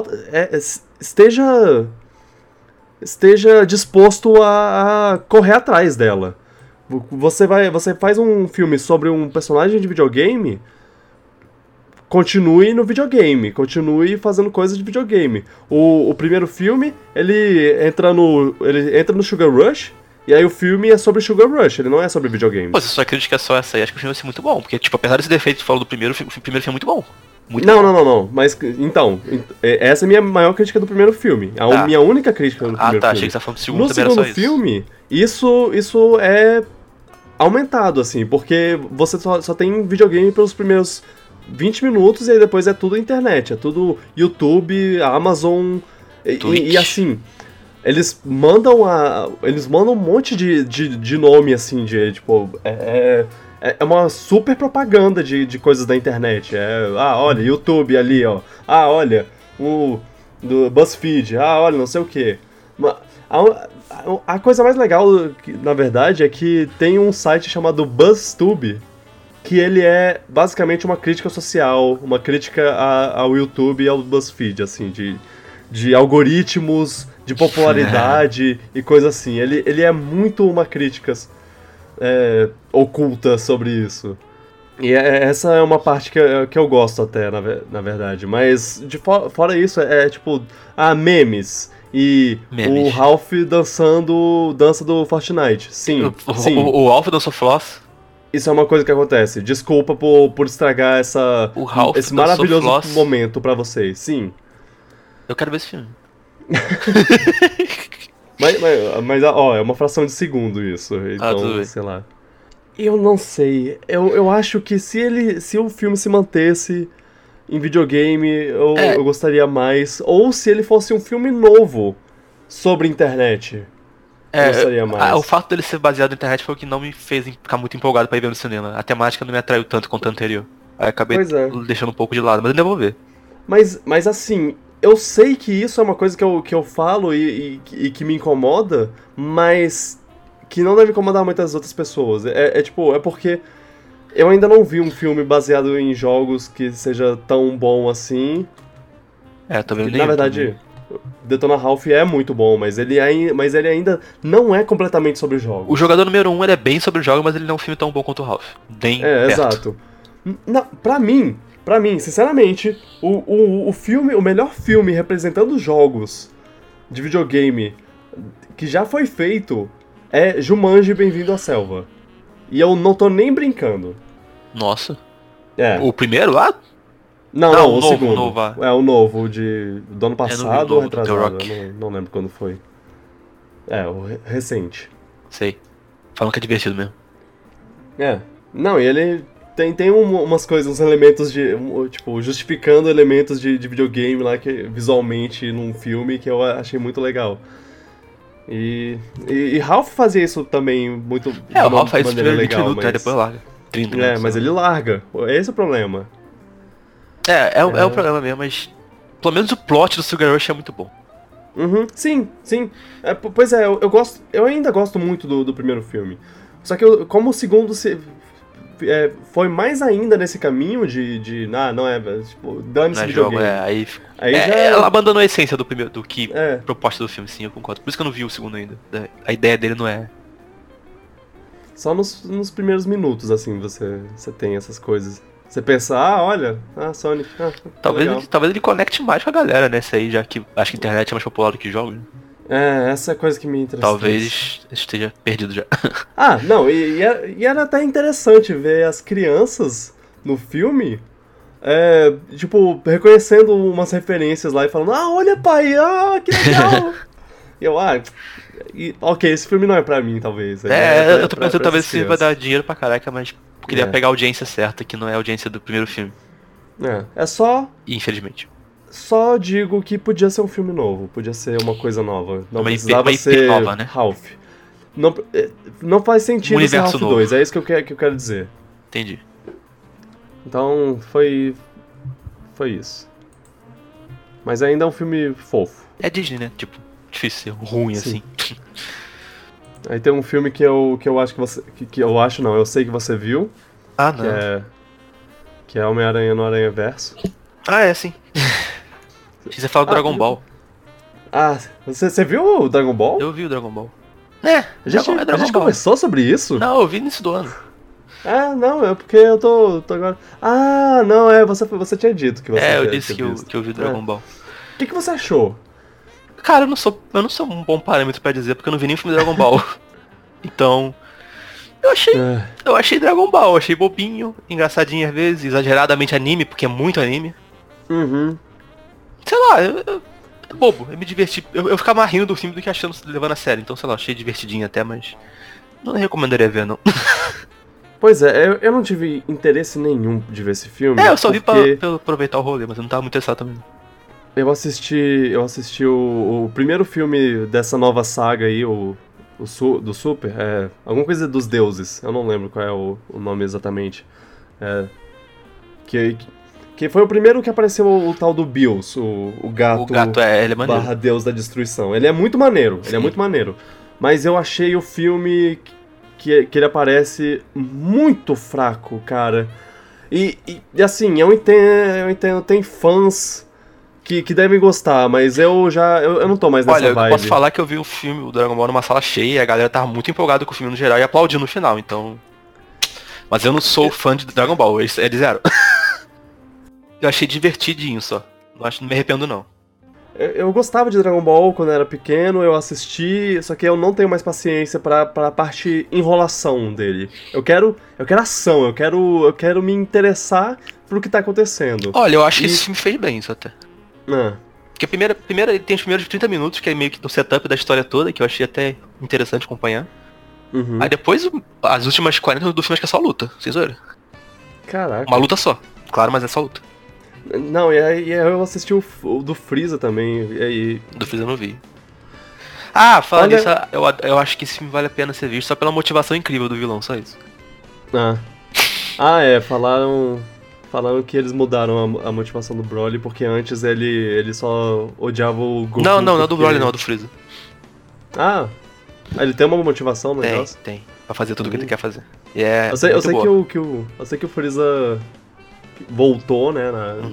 esteja disposto a correr atrás dela. Você faz um filme sobre um personagem de videogame... continue no videogame, continue fazendo coisas de videogame. O primeiro filme, ele entra no Sugar Rush, e aí o filme é sobre Sugar Rush, ele não é sobre videogame. Pô, se sua crítica é só essa aí, acho que o filme vai ser muito bom, porque, tipo, apesar desse defeito que você falou do primeiro, o primeiro filme é muito bom. Não, mas, então, essa é a minha maior crítica do primeiro filme, minha única crítica do primeiro filme. Achei que você tá falando do segundo, no também era só isso. No segundo filme, isso é aumentado, assim, porque você só tem videogame pelos primeiros 20 minutos e aí depois é tudo internet, é tudo YouTube, Amazon e assim, eles mandam um monte de nome assim, tipo, é uma super propaganda de coisas da internet. Olha, YouTube ali, ó. Olha, do BuzzFeed, olha, não sei o que. A coisa mais legal, na verdade, é que tem um site chamado BuzzTube, que ele é basicamente uma crítica social, uma crítica ao YouTube e ao BuzzFeed, assim, de algoritmos, de popularidade e coisa assim. Ele é muito uma crítica oculta sobre isso. E essa é uma parte que eu gosto até, na verdade. Mas, fora isso, tipo, memes. O Ralph dançando dança do Fortnite. Sim. O Ralph dançou floss? Isso é uma coisa que acontece. Desculpa por estragar esse maravilhoso momento pra vocês. Sim. Eu quero ver esse filme. Mas, ó, é uma fração de segundo isso. Então, sei lá. Eu não sei. Eu acho que se o filme se mantesse em videogame, eu gostaria mais. Ou se ele fosse um filme novo sobre internet. Eu gostaria mais. O fato dele ser baseado na internet foi o que não me fez ficar muito empolgado pra ir ver no cinema. A temática não me atraiu tanto quanto a anterior. Aí acabei deixando um pouco de lado, mas ainda vou ver. Mas assim, eu sei que isso é uma coisa que eu falo e que me incomoda, mas que não deve incomodar muitas outras pessoas. É porque eu ainda não vi um filme baseado em jogos que seja tão bom assim. Também na verdade, Detona Ralph é muito bom, mas ele ainda não é completamente sobre jogos. O jogador número 1 ele é bem sobre jogos, mas ele não é um filme tão bom quanto o Ralph. Nem perto. Exato. Não, pra mim, sinceramente, o filme, o melhor filme representando jogos de videogame que já foi feito é Jumanji Bem-vindo à Selva. E eu não tô nem brincando. Nossa. O primeiro lá? Não, o novo, segundo. O novo, o novo do ano passado ou retrasado. Eu não lembro quando foi. O recente. Sei. Falam que é divertido mesmo. Não, e ele tem umas coisas, uns elementos de... Tipo, justificando elementos de videogame lá, que visualmente num filme, que eu achei muito legal. E Ralph fazia isso também muito... o Ralph faz isso primeiro 20 minutos, depois larga. 30 minutos. Mas ele larga. Esse é o problema. É o problema mesmo, mas... Pelo menos o plot do Sugar Rush é muito bom. Sim. Pois é, eu ainda gosto muito do primeiro filme. Só que como o segundo foi mais ainda nesse caminho tipo, dane-se videogame. Ela abandonou a essência do primeiro, do que proposta do filme, sim, eu concordo. Por isso que eu não vi o segundo ainda. A ideia dele não é... Só nos primeiros minutos, assim, você tem essas coisas. Você pensa, olha, Sonic, talvez ele conecte mais com a galera nessa aí, já que acho que a internet é mais popular do que jogos. Essa é a coisa que me interessa. Talvez esteja perdido já. Não, e era até interessante ver as crianças no filme, tipo, reconhecendo umas referências lá e falando, olha pai, que legal. E eu, ok, esse filme não é pra mim, talvez. Eu tô pensando, talvez sirva dar dinheiro pra caraca, mas queria pegar a audiência certa, que não é a audiência do primeiro filme. É só... Infelizmente. Só digo que podia ser um filme novo, podia ser uma coisa nova. Não precisava ser nova, né? Ralph. Não faz sentido ser Ralph 2, é isso que eu quero dizer. Entendi. Então, foi isso. Mas ainda é um filme fofo. É Disney, né? Tipo, difícil ser ruim. Sim. Assim. Aí tem um filme que eu acho que você... Que eu acho não, eu sei que você viu. Não. Que é Homem-Aranha no Aranha-Verso. Sim. Você fala do Dragon Ball. Você viu o Dragon Ball? Eu vi o Dragon Ball. A gente conversou sobre isso? Não, eu vi nesse do ano. Não, é porque eu tô agora... não, você tinha dito que você eu disse que eu vi o Dragon Ball. O que você achou? Cara, eu não sou um bom parâmetro pra dizer, porque eu não vi nem o filme Dragon Ball. Então... Eu achei Dragon Ball, achei bobinho, engraçadinho às vezes, exageradamente anime, porque é muito anime. Sei lá, é bobo, eu me diverti. Eu ficava mais rindo do filme do que levando a sério. Então, sei lá, achei divertidinho até, mas não recomendaria ver, não. Pois é, eu não tive interesse nenhum de ver esse filme. Eu só vi pra aproveitar o rolê, mas eu não tava muito interessado também. Eu assisti o primeiro filme dessa nova saga aí, do Super, alguma coisa dos deuses, eu não lembro qual é o nome exatamente. Que foi o primeiro que apareceu o tal do Bills, o gato, ele é maneiro. / Deus da Destruição. Ele é muito maneiro, Mas eu achei o filme que ele aparece muito fraco, cara. E assim, eu entendo, tem fãs que devem gostar, mas eu não tô mais nessa vibe. Olha, eu posso falar que eu vi o filme, o Dragon Ball, numa sala cheia e a galera tava muito empolgada com o filme no geral e aplaudiu no final, então... Mas eu não sou fã de Dragon Ball, é de zero. Eu achei divertidinho só, não me arrependo não. Eu gostava de Dragon Ball quando eu era pequeno, eu assisti, só que eu não tenho mais paciência pra parte enrolação dele. Eu quero ação, eu quero me interessar pro que tá acontecendo. Olha, eu acho que esse filme fez bem isso até. Porque primeiro ele tem os primeiros 30 minutos, que é meio que o setup da história toda, que eu achei até interessante acompanhar. Uhum. Aí depois, as últimas 40 minutos do filme acho que é só luta, vocês olham? Caraca. Uma luta só, claro, mas é só luta. Não, e aí eu assisti o do Freeza também, e aí... Do Freeza eu não vi. Falando isso, eu acho que esse filme vale a pena ser visto só pela motivação incrível do vilão, só isso. Falaram que eles mudaram a motivação do Broly, porque antes ele só odiava o Goku. Não é do Broly não, é do Freeza. Ele tem uma motivação no negócio? Tem, pra fazer tudo o que ele quer fazer. Eu sei que o Freeza voltou, né,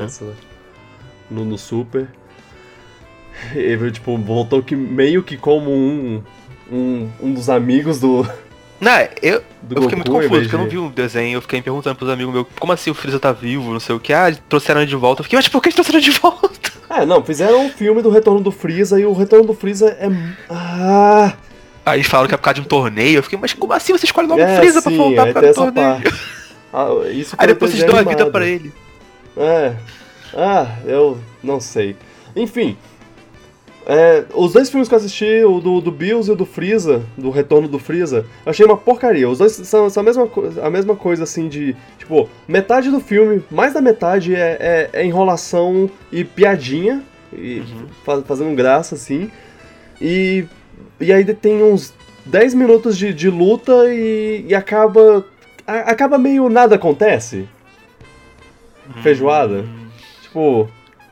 no Super. Ele, tipo, voltou meio que como um dos amigos do... Eu Goku, fiquei muito confuso, porque eu não vi o desenho, eu fiquei me perguntando pros amigos meus, como assim o Freeza tá vivo, não sei o que, eles trouxeram ele de volta, eu fiquei, mas por que eles trouxeram ele de volta? Fizeram um filme do Retorno do Freeza, e o Retorno do Freeza é... Aí falaram que é por causa de um torneio, eu fiquei, mas como assim você escolhe o nome do Freeza pra voltar pra torneio? Aí depois vocês dão a vida pra ele. Eu não sei. Enfim... os dois filmes que eu assisti, o do Bills e o do Freeza, do Retorno do Freeza, eu achei uma porcaria. Os dois são a mesma coisa, assim, de... Tipo, metade do filme, mais da metade é enrolação e piadinha, e fazendo graça, assim. E aí tem uns 10 minutos de luta e acaba meio nada acontece. Feijoada. Tipo...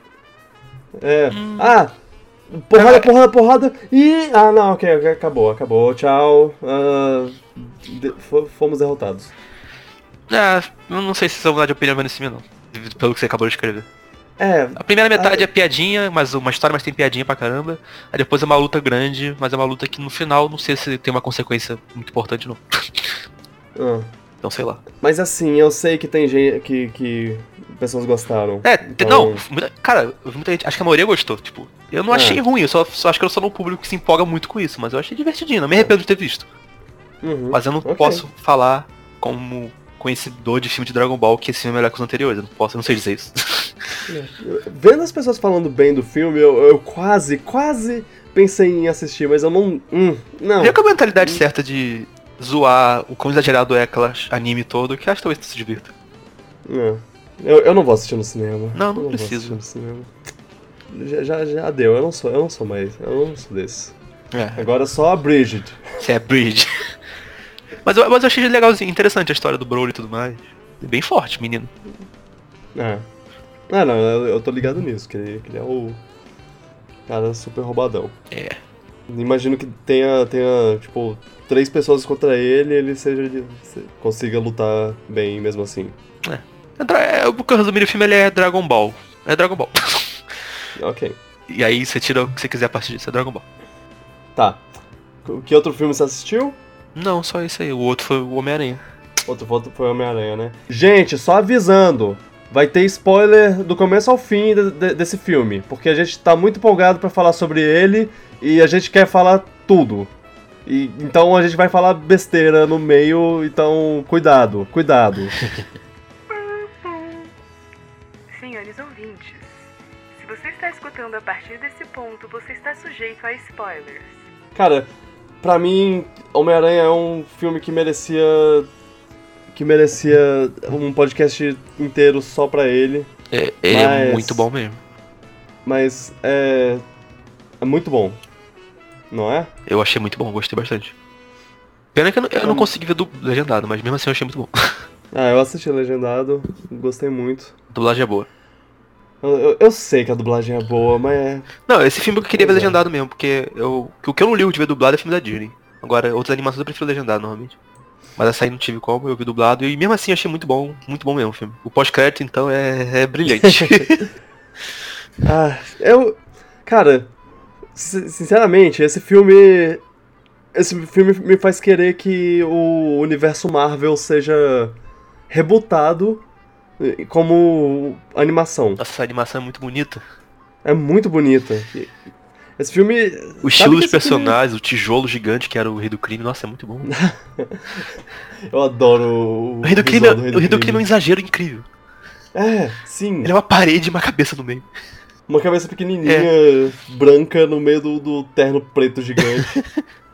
Porrada e... ok, acabou, tchau. Fomos derrotados. Eu não sei se você vai mudar de opinião nesse filme, não. Pelo que você acabou de escrever. A primeira metade é piadinha, mas uma história, mas tem piadinha pra caramba. Aí depois é uma luta grande, mas é uma luta que no final não sei se tem uma consequência muito importante, não. Então sei lá. Mas assim, eu sei que tem gente que pessoas gostaram. Não, cara, muita gente, acho que a maioria gostou, tipo, eu não achei ruim, eu só acho que eu sou no público que se empolga muito com isso, mas eu achei divertidinho, não me arrependo de ter visto. Mas eu não posso falar como conhecedor de filme de Dragon Ball que esse filme é melhor que os anteriores, eu não sei dizer isso. Vendo as pessoas falando bem do filme, eu quase pensei em assistir, mas eu não. Já com a mentalidade certa de zoar o quão exagerado é aquele anime todo, que acho que talvez tu se divirta. Eu não vou assistir no cinema. Não preciso. Já deu, eu não sou desse. Agora só a Bridget. Você é Bridget. mas eu achei legalzinho, interessante a história do Broly e tudo mais. Bem forte, menino. Eu tô ligado nisso, que ele é o cara super roubadão. Imagino que tenha tipo, 3 pessoas contra ele e ele consiga lutar bem mesmo assim. O que eu resumir o filme, ele é Dragon Ball. É Dragon Ball. Ok. E aí você tira o que você quiser a partir disso, é Dragon Ball. Tá. Que outro filme você assistiu? Não, só isso aí. O outro foi o Homem-Aranha. Outro foi o Homem-Aranha, né? Gente, só avisando. Vai ter spoiler do começo ao fim desse filme. Porque a gente tá muito empolgado pra falar sobre ele e a gente quer falar tudo. Então a gente vai falar besteira no meio, então cuidado. Senhores ouvintes, se você está escutando a partir desse ponto, você está sujeito a spoilers. Cara, pra mim, Homem-Aranha é um filme que merecia um podcast inteiro só pra ele. É muito bom mesmo. Mas é muito bom, não é? Eu achei muito bom, gostei bastante. Pena que eu não consegui ver legendado, mas mesmo assim eu achei muito bom. Eu assisti legendado, gostei muito. A dublagem é boa. Eu sei que a dublagem é boa, mas Não, esse filme eu queria ver legendado mesmo, porque o que eu não ligo de ver dublado é filme da Disney. Agora, outras animações eu prefiro legendado normalmente. Mas essa aí não tive como, eu vi dublado e mesmo assim eu achei muito bom mesmo o filme. O pós-crédito, então, é brilhante. Cara, sinceramente, esse filme me faz querer que o universo Marvel seja rebutado como animação. Nossa, essa animação é muito bonita. É muito bonita. Esse filme... O estilo dos personagens, o tijolo gigante que era o Rei do Crime, nossa, é muito bom. Eu adoro o Rei do Crime. O Rei do Crime é um exagero incrível. Sim. Ele é uma parede e uma cabeça no meio. Uma cabeça pequenininha, branca, no meio do terno preto gigante.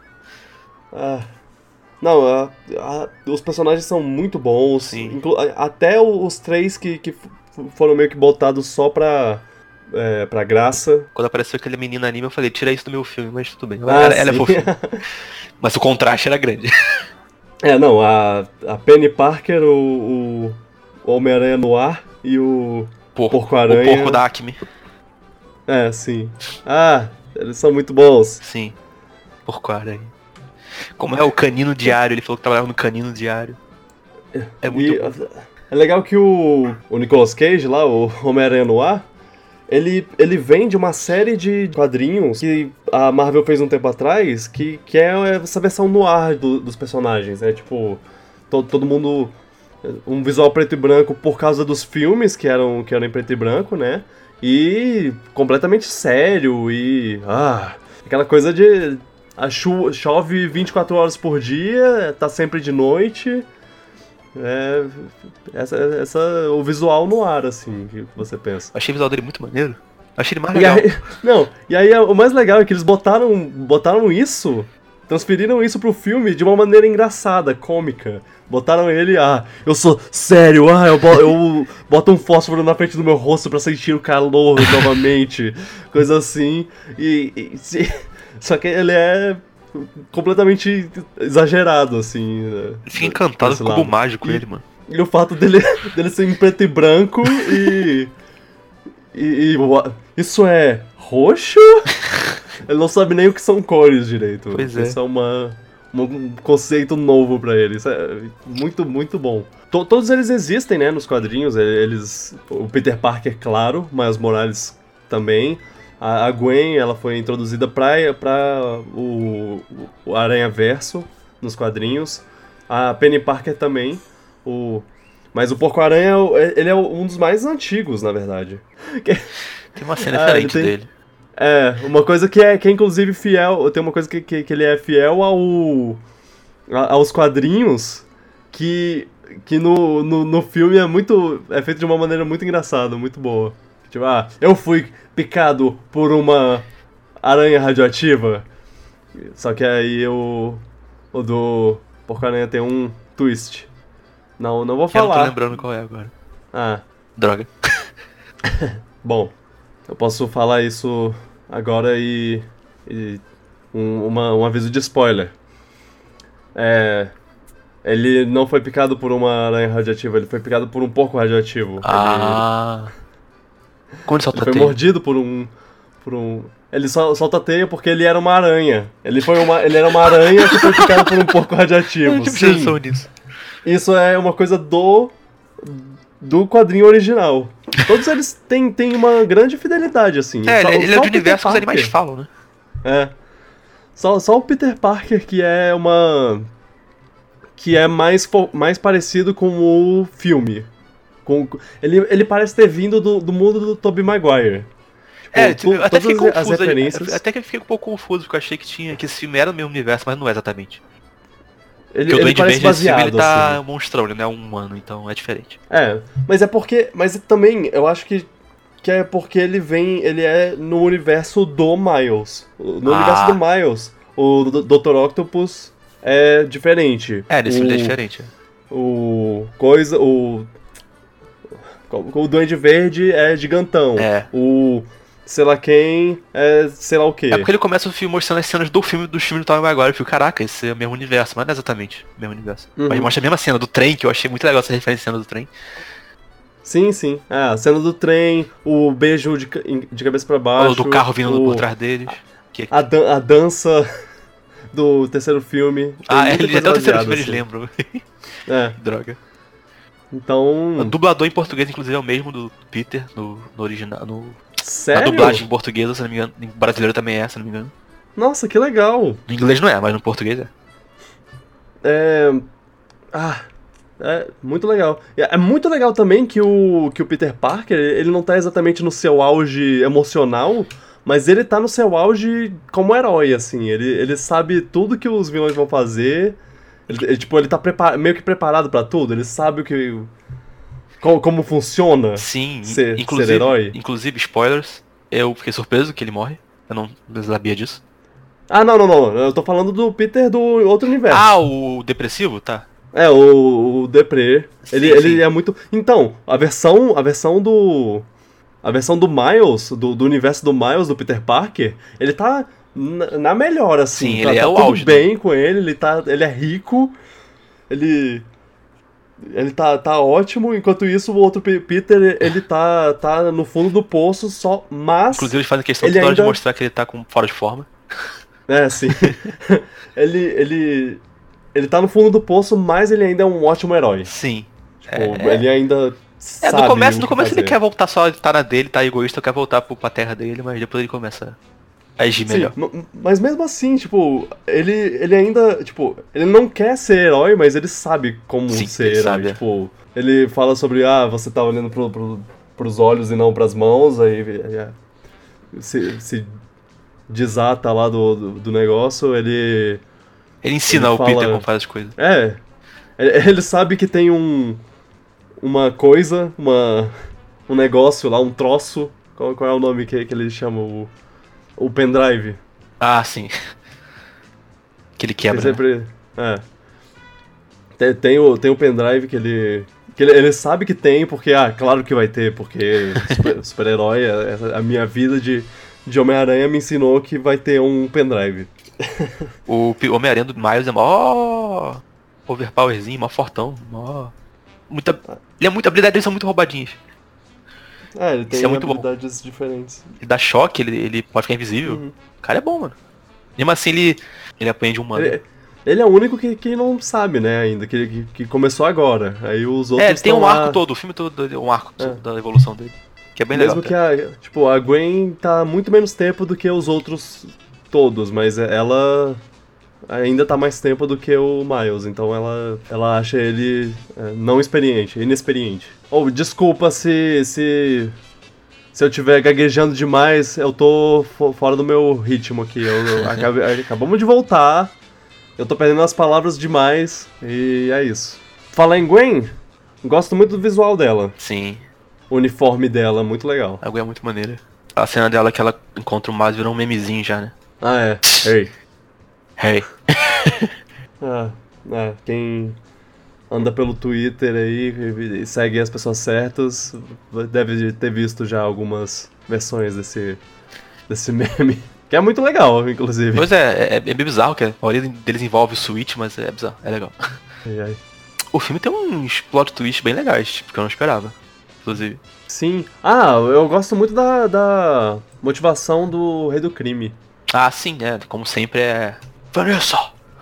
Não, os personagens são muito bons. Sim. Até os 3 que foram meio que botados só pra graça. Quando apareceu aquele menino anime, eu falei, tira isso do meu filme, mas tudo bem. Ela é Sim. fofinha. Mas o contraste era grande. Não, a Penny Parker, o Homem-Aranha no ar e o Porco-Aranha. O porco da Acme. Sim. Eles são muito bons. Sim. Porco-Aranha. Como é o Canino Diário, ele falou que trabalhava no Canino Diário. É muito bom. É legal que o Nicolas Cage lá, o Homem-Aranha no ar, ele vem de uma série de quadrinhos que a Marvel fez um tempo atrás, que é essa versão no ar dos personagens, né? Tipo, todo mundo... Um visual preto e branco por causa dos filmes que eram em preto e branco, né? E completamente sério e... aquela coisa de... Chove 24 horas por dia, tá sempre de noite... o visual no ar, assim, que você pensa. Achei o visual dele muito maneiro. Achei ele mais legal. E aí o mais legal é que eles botaram isso, transferiram isso pro filme de uma maneira engraçada, cômica. Botaram ele, eu sou sério, eu boto um fósforo na frente do meu rosto pra sentir o calor novamente, coisa assim. Só que ele é completamente exagerado, assim. Ele fica encantado com o cubo mágico, ele, mano. E o fato dele ser em preto e branco isso é roxo? Ele não sabe nem o que são cores direito. Pois é. Isso é um conceito novo pra ele. Isso é muito, muito bom. Todos eles existem, né, nos quadrinhos. O Peter Parker, claro, Miles Morales também. A Gwen, ela foi introduzida pra o Aranha-Verso nos quadrinhos. A Penny Parker também. Mas o Porco-Aranha, ele é um dos mais antigos, na verdade. Tem uma cena diferente dele. Uma coisa que é inclusive fiel. Tem uma coisa que ele é fiel aos quadrinhos que no filme é feito de uma maneira muito engraçada, muito boa. Tipo, eu fui picado por uma aranha radioativa. Só que aí o do Porco-Aranha tem um twist. Não vou falar. Eu não tô lembrando qual é agora. Droga. Bom, eu posso falar isso agora e um aviso de spoiler. Ele não foi picado por uma aranha radioativa, ele foi picado por um porco radioativo. Como ele solta a teia? Foi mordido por um... Ele solta a teia porque ele era uma aranha. Ele era uma aranha que foi picado por um porco radioativo. Sim. Nisso. Isso é uma coisa do quadrinho original. Todos eles têm uma grande fidelidade, assim. Ele é do universo que os animais falam, né? Só o Peter Parker que é mais parecido com o filme. Ele parece ter vindo do mundo do Tobey Maguire. Eu até fiquei confuso. As referências... Até que eu fiquei um pouco confuso, porque eu achei que esse filme era no mesmo universo, mas não é exatamente. Ele o Duende parece Verde nesse filme, baseado, ele tá assim. monstrão, ele não é um humano, então é diferente. Mas também, eu acho que é porque ele é no universo do Miles. No universo do Miles, o Dr. Octopus é diferente. Nesse filme é diferente. O Duende Verde é gigantão. O sei lá quem é sei lá o quê. É porque ele começa o filme mostrando as cenas dos filmes do Tobey Maguire. Eu fico, caraca, esse é o mesmo universo. Mas não é exatamente o mesmo universo. Mas mostra a mesma cena do trem, que eu achei muito legal essa referência à cena do trem. Sim. A cena do trem, o beijo de cabeça pra baixo. Do carro vindo por trás deles. A dança do terceiro filme. Ele até o terceiro filme eles lembram. Droga. Então... O dublador em português, inclusive, é o mesmo do Peter, no original. Sério? Na dublagem em português, se não me engano. Em brasileiro também é, se não me engano. Nossa, que legal. No inglês não é, mas no português é. Muito legal. É muito legal também que o Peter Parker, ele não tá exatamente no seu auge emocional, mas ele tá no seu auge como herói, assim. Ele sabe tudo que os vilões vão fazer. Ele tá meio que preparado pra tudo. Ele sabe como funciona ser herói. Inclusive, spoilers, Eu fiquei surpreso que ele morre. Eu não sabia disso. Ah, não. Eu tô falando do Peter do outro universo. Ah, o depressivo? Tá. O Deprê. Ele sim. é muito... Então, a versão do Miles, do universo do Miles, do Peter Parker, ele tá na melhor, assim. Sim, tá, ele é tá o tudo auge, bem com ele é rico, ele tá ótimo, enquanto isso o outro Peter, ele tá no fundo do poço só, mas... Inclusive eles fazem questão ele toda hora de ainda... mostrar que ele tá fora de forma. Sim. Ele tá no fundo do poço, mas ele ainda é um ótimo herói. Sim. Ele ainda sabe no começo fazer. ele quer voltar só, ele tá na dele, tá egoísta, quer voltar pra terra dele, mas depois ele começa a agir melhor. Mas mesmo assim, ele ainda, ele não quer ser herói, mas ele sabe como ser herói. Sabe. Ele fala sobre, você tá olhando pros olhos e não pras mãos, aí se desata lá do negócio, ele ensina o fala, Peter como faz as coisas. Ele sabe que tem uma coisa, um negócio lá, um troço, qual é o nome que ele chama? O pendrive. Ah, sim. Que ele quebra, sempre, né? Tem o pendrive que ele sabe que tem, porque, claro que vai ter, porque super-herói, a minha vida de Homem-Aranha me ensinou que vai ter um pendrive. O Homem-Aranha do Miles é mó overpowerzinho, mó fortão, a habilidade dele são muito roubadinhas. Ele tem habilidades diferentes. Ele dá choque, ele pode ficar invisível. Uhum. O cara é bom, mano. Mesmo assim ele apanha de humano. Ele é o único que não sabe, né, ainda, que começou agora. Aí os outros ele tem um arco lá... todo, o filme todo é um arco da evolução dele. Que é bem legal. Mesmo que a Gwen tá muito menos tempo do que os outros todos, mas ela ainda tá mais tempo do que o Miles, então ela acha ele não experiente, inexperiente. Desculpa se eu estiver gaguejando demais, eu tô fora do meu ritmo aqui. Acabamos de voltar, eu tô perdendo as palavras demais, e é isso. Falar em Gwen, gosto muito do visual dela. Sim. O uniforme dela, muito legal. A Gwen é muito maneira. A cena dela que ela encontra o Miles virou um memezinho já, né? Hey. Quem anda pelo Twitter aí e segue as pessoas certas deve ter visto já algumas versões desse meme. Que é muito legal, inclusive. Pois é bem bizarro, que a maioria deles envolve o Switch, mas é bizarro, é legal. Ai. O filme tem uns plot twists bem legais, que eu não esperava, inclusive. Sim. Eu gosto muito da motivação do Rei do Crime. Sim, como sempre é... Vanessa!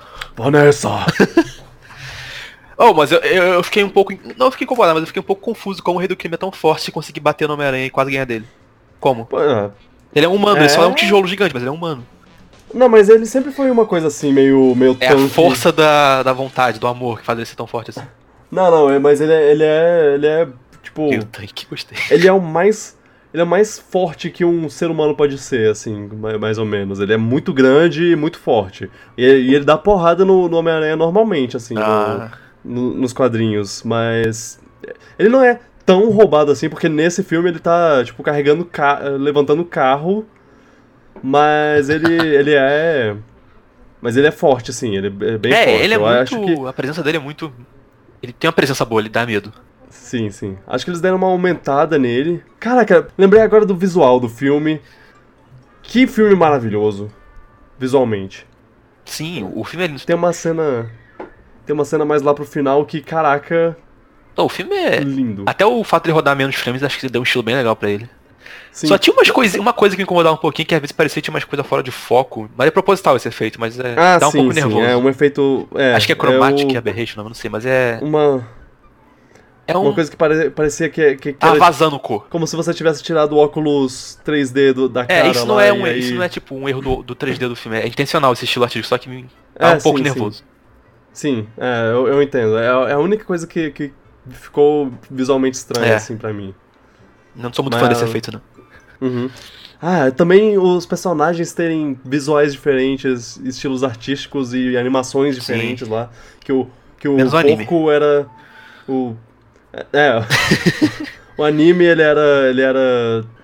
Mas eu fiquei um pouco... Não eu fiquei incomodado, mas eu fiquei um pouco confuso como o Rei do Crime é tão forte de conseguir bater no Homem-Aranha e quase ganhar dele. Como? Ele é um humano, ele só é um tijolo gigante, mas ele é humano. Não, mas ele sempre foi uma coisa assim, meio É tanque. A força da vontade, do amor, que faz ele ser tão forte assim. Não, mas ele é tipo... Eu tanque, gostei. Ele é o mais forte que um ser humano pode ser, assim, mais ou menos. Ele é muito grande e muito forte. E ele dá porrada no Homem-Aranha normalmente, assim, nos quadrinhos. Mas ele não é tão roubado assim, porque nesse filme ele tá, carregando, levantando o carro. Mas ele é... Mas ele é forte, assim, ele é bem forte. Ele é muito... Acho que... A presença dele é muito... Ele tem uma presença boa, ele dá medo. Sim. Acho que eles deram uma aumentada nele. Caraca, lembrei agora do visual do filme. Que filme maravilhoso, visualmente. Sim, o filme é... Tem uma cena mais lá pro final que, caraca... O filme é... lindo. Até o fato de ele rodar menos frames, acho que deu um estilo bem legal pra ele. Sim. Só tinha uma coisa que me incomodava um pouquinho, que às vezes parecia que tinha umas coisas fora de foco. Mas é proposital esse efeito, mas dá um pouco nervoso. É um efeito... acho que é Chromatic Aberration, não sei, mas é... Uma coisa que parecia que era vazando cor. Como se você tivesse tirado o óculos 3D da cara. Isso não isso não é tipo um erro do 3D do filme. É intencional esse estilo artístico, só que me dá um pouco nervoso. Sim, eu entendo. É a única coisa que ficou visualmente estranha, assim, pra mim. Não sou muito fã desse efeito, não. Uhum. Também os personagens terem visuais diferentes, estilos artísticos e animações diferentes lá. Que o porco era... O anime, ele era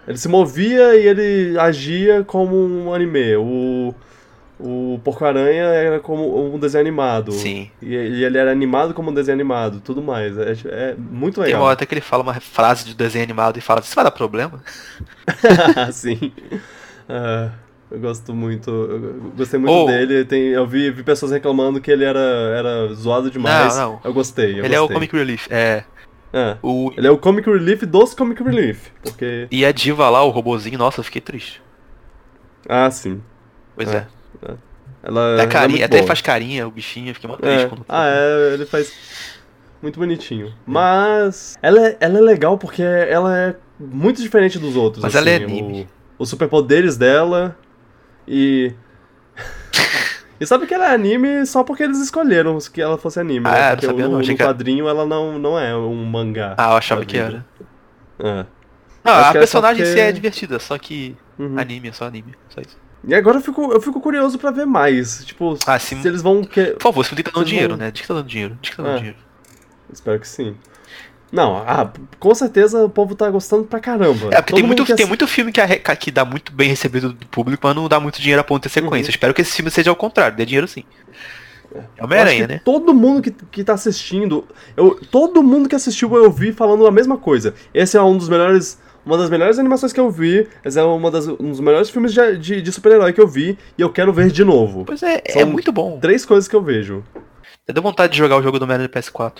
Ele se movia e ele agia como um anime. O Porco-Aranha era como um desenho animado. Sim. E ele era animado como um desenho animado, tudo mais. É muito Tem legal. uma hora até que ele fala uma frase de desenho animado e fala, isso vai dar problema? Sim. Eu gosto muito. Eu gostei muito dele. Eu vi pessoas reclamando que ele era zoado demais. Não. Eu gostei. Ele é o Comic Relief. Ele é o Comic Relief dos Comic Relief. Porque... E a diva lá, o robozinho, nossa, eu fiquei triste. Ah, sim. Pois é. Ela Até carinha, é até ele boa. faz carinha, o bichinho, eu fiquei muito triste quando... Ele faz muito bonitinho. Mas ela é legal porque ela é muito diferente dos outros. Mas assim, ela é anime. Os superpoderes dela e... E sabe que ela é anime só porque eles escolheram que ela fosse anime, né? Porque não sabia não, achei no que era... quadrinho ela não é um mangá. eu achava que era. Não, a personagem em si é divertida, só que anime é só anime, só isso. E agora eu fico curioso pra ver mais. Tipo, sim. se eles vão... Por favor, esse filme tá dando dinheiro, né? Diz que tá dando dinheiro. Espero que sim. Não, com certeza o povo tá gostando pra caramba. Porque tem muito filme que dá muito bem recebido do público, mas não dá muito dinheiro a ponto de ter sequência. Espero que esse filme seja ao contrário, dê dinheiro sim. É Homem-Aranha, né? Todo mundo que tá assistindo, todo mundo que assistiu eu vi falando a mesma coisa. Esse é uma das melhores animações que eu vi, esse é um dos melhores filmes de super-herói que eu vi, e eu quero ver de novo. Pois é muito bom. 3 coisas que eu vejo. Eu deu vontade de jogar o jogo do Homem-Aranha no PS4.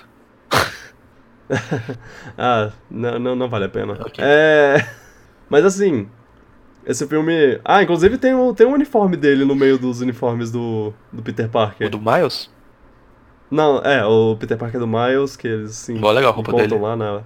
Não vale a pena. Okay. Mas assim, esse filme... inclusive tem um uniforme dele no meio dos uniformes do Peter Parker. O do Miles? Não, o Peter Parker do Miles, que eles assim, legal a roupa dele. Lá na...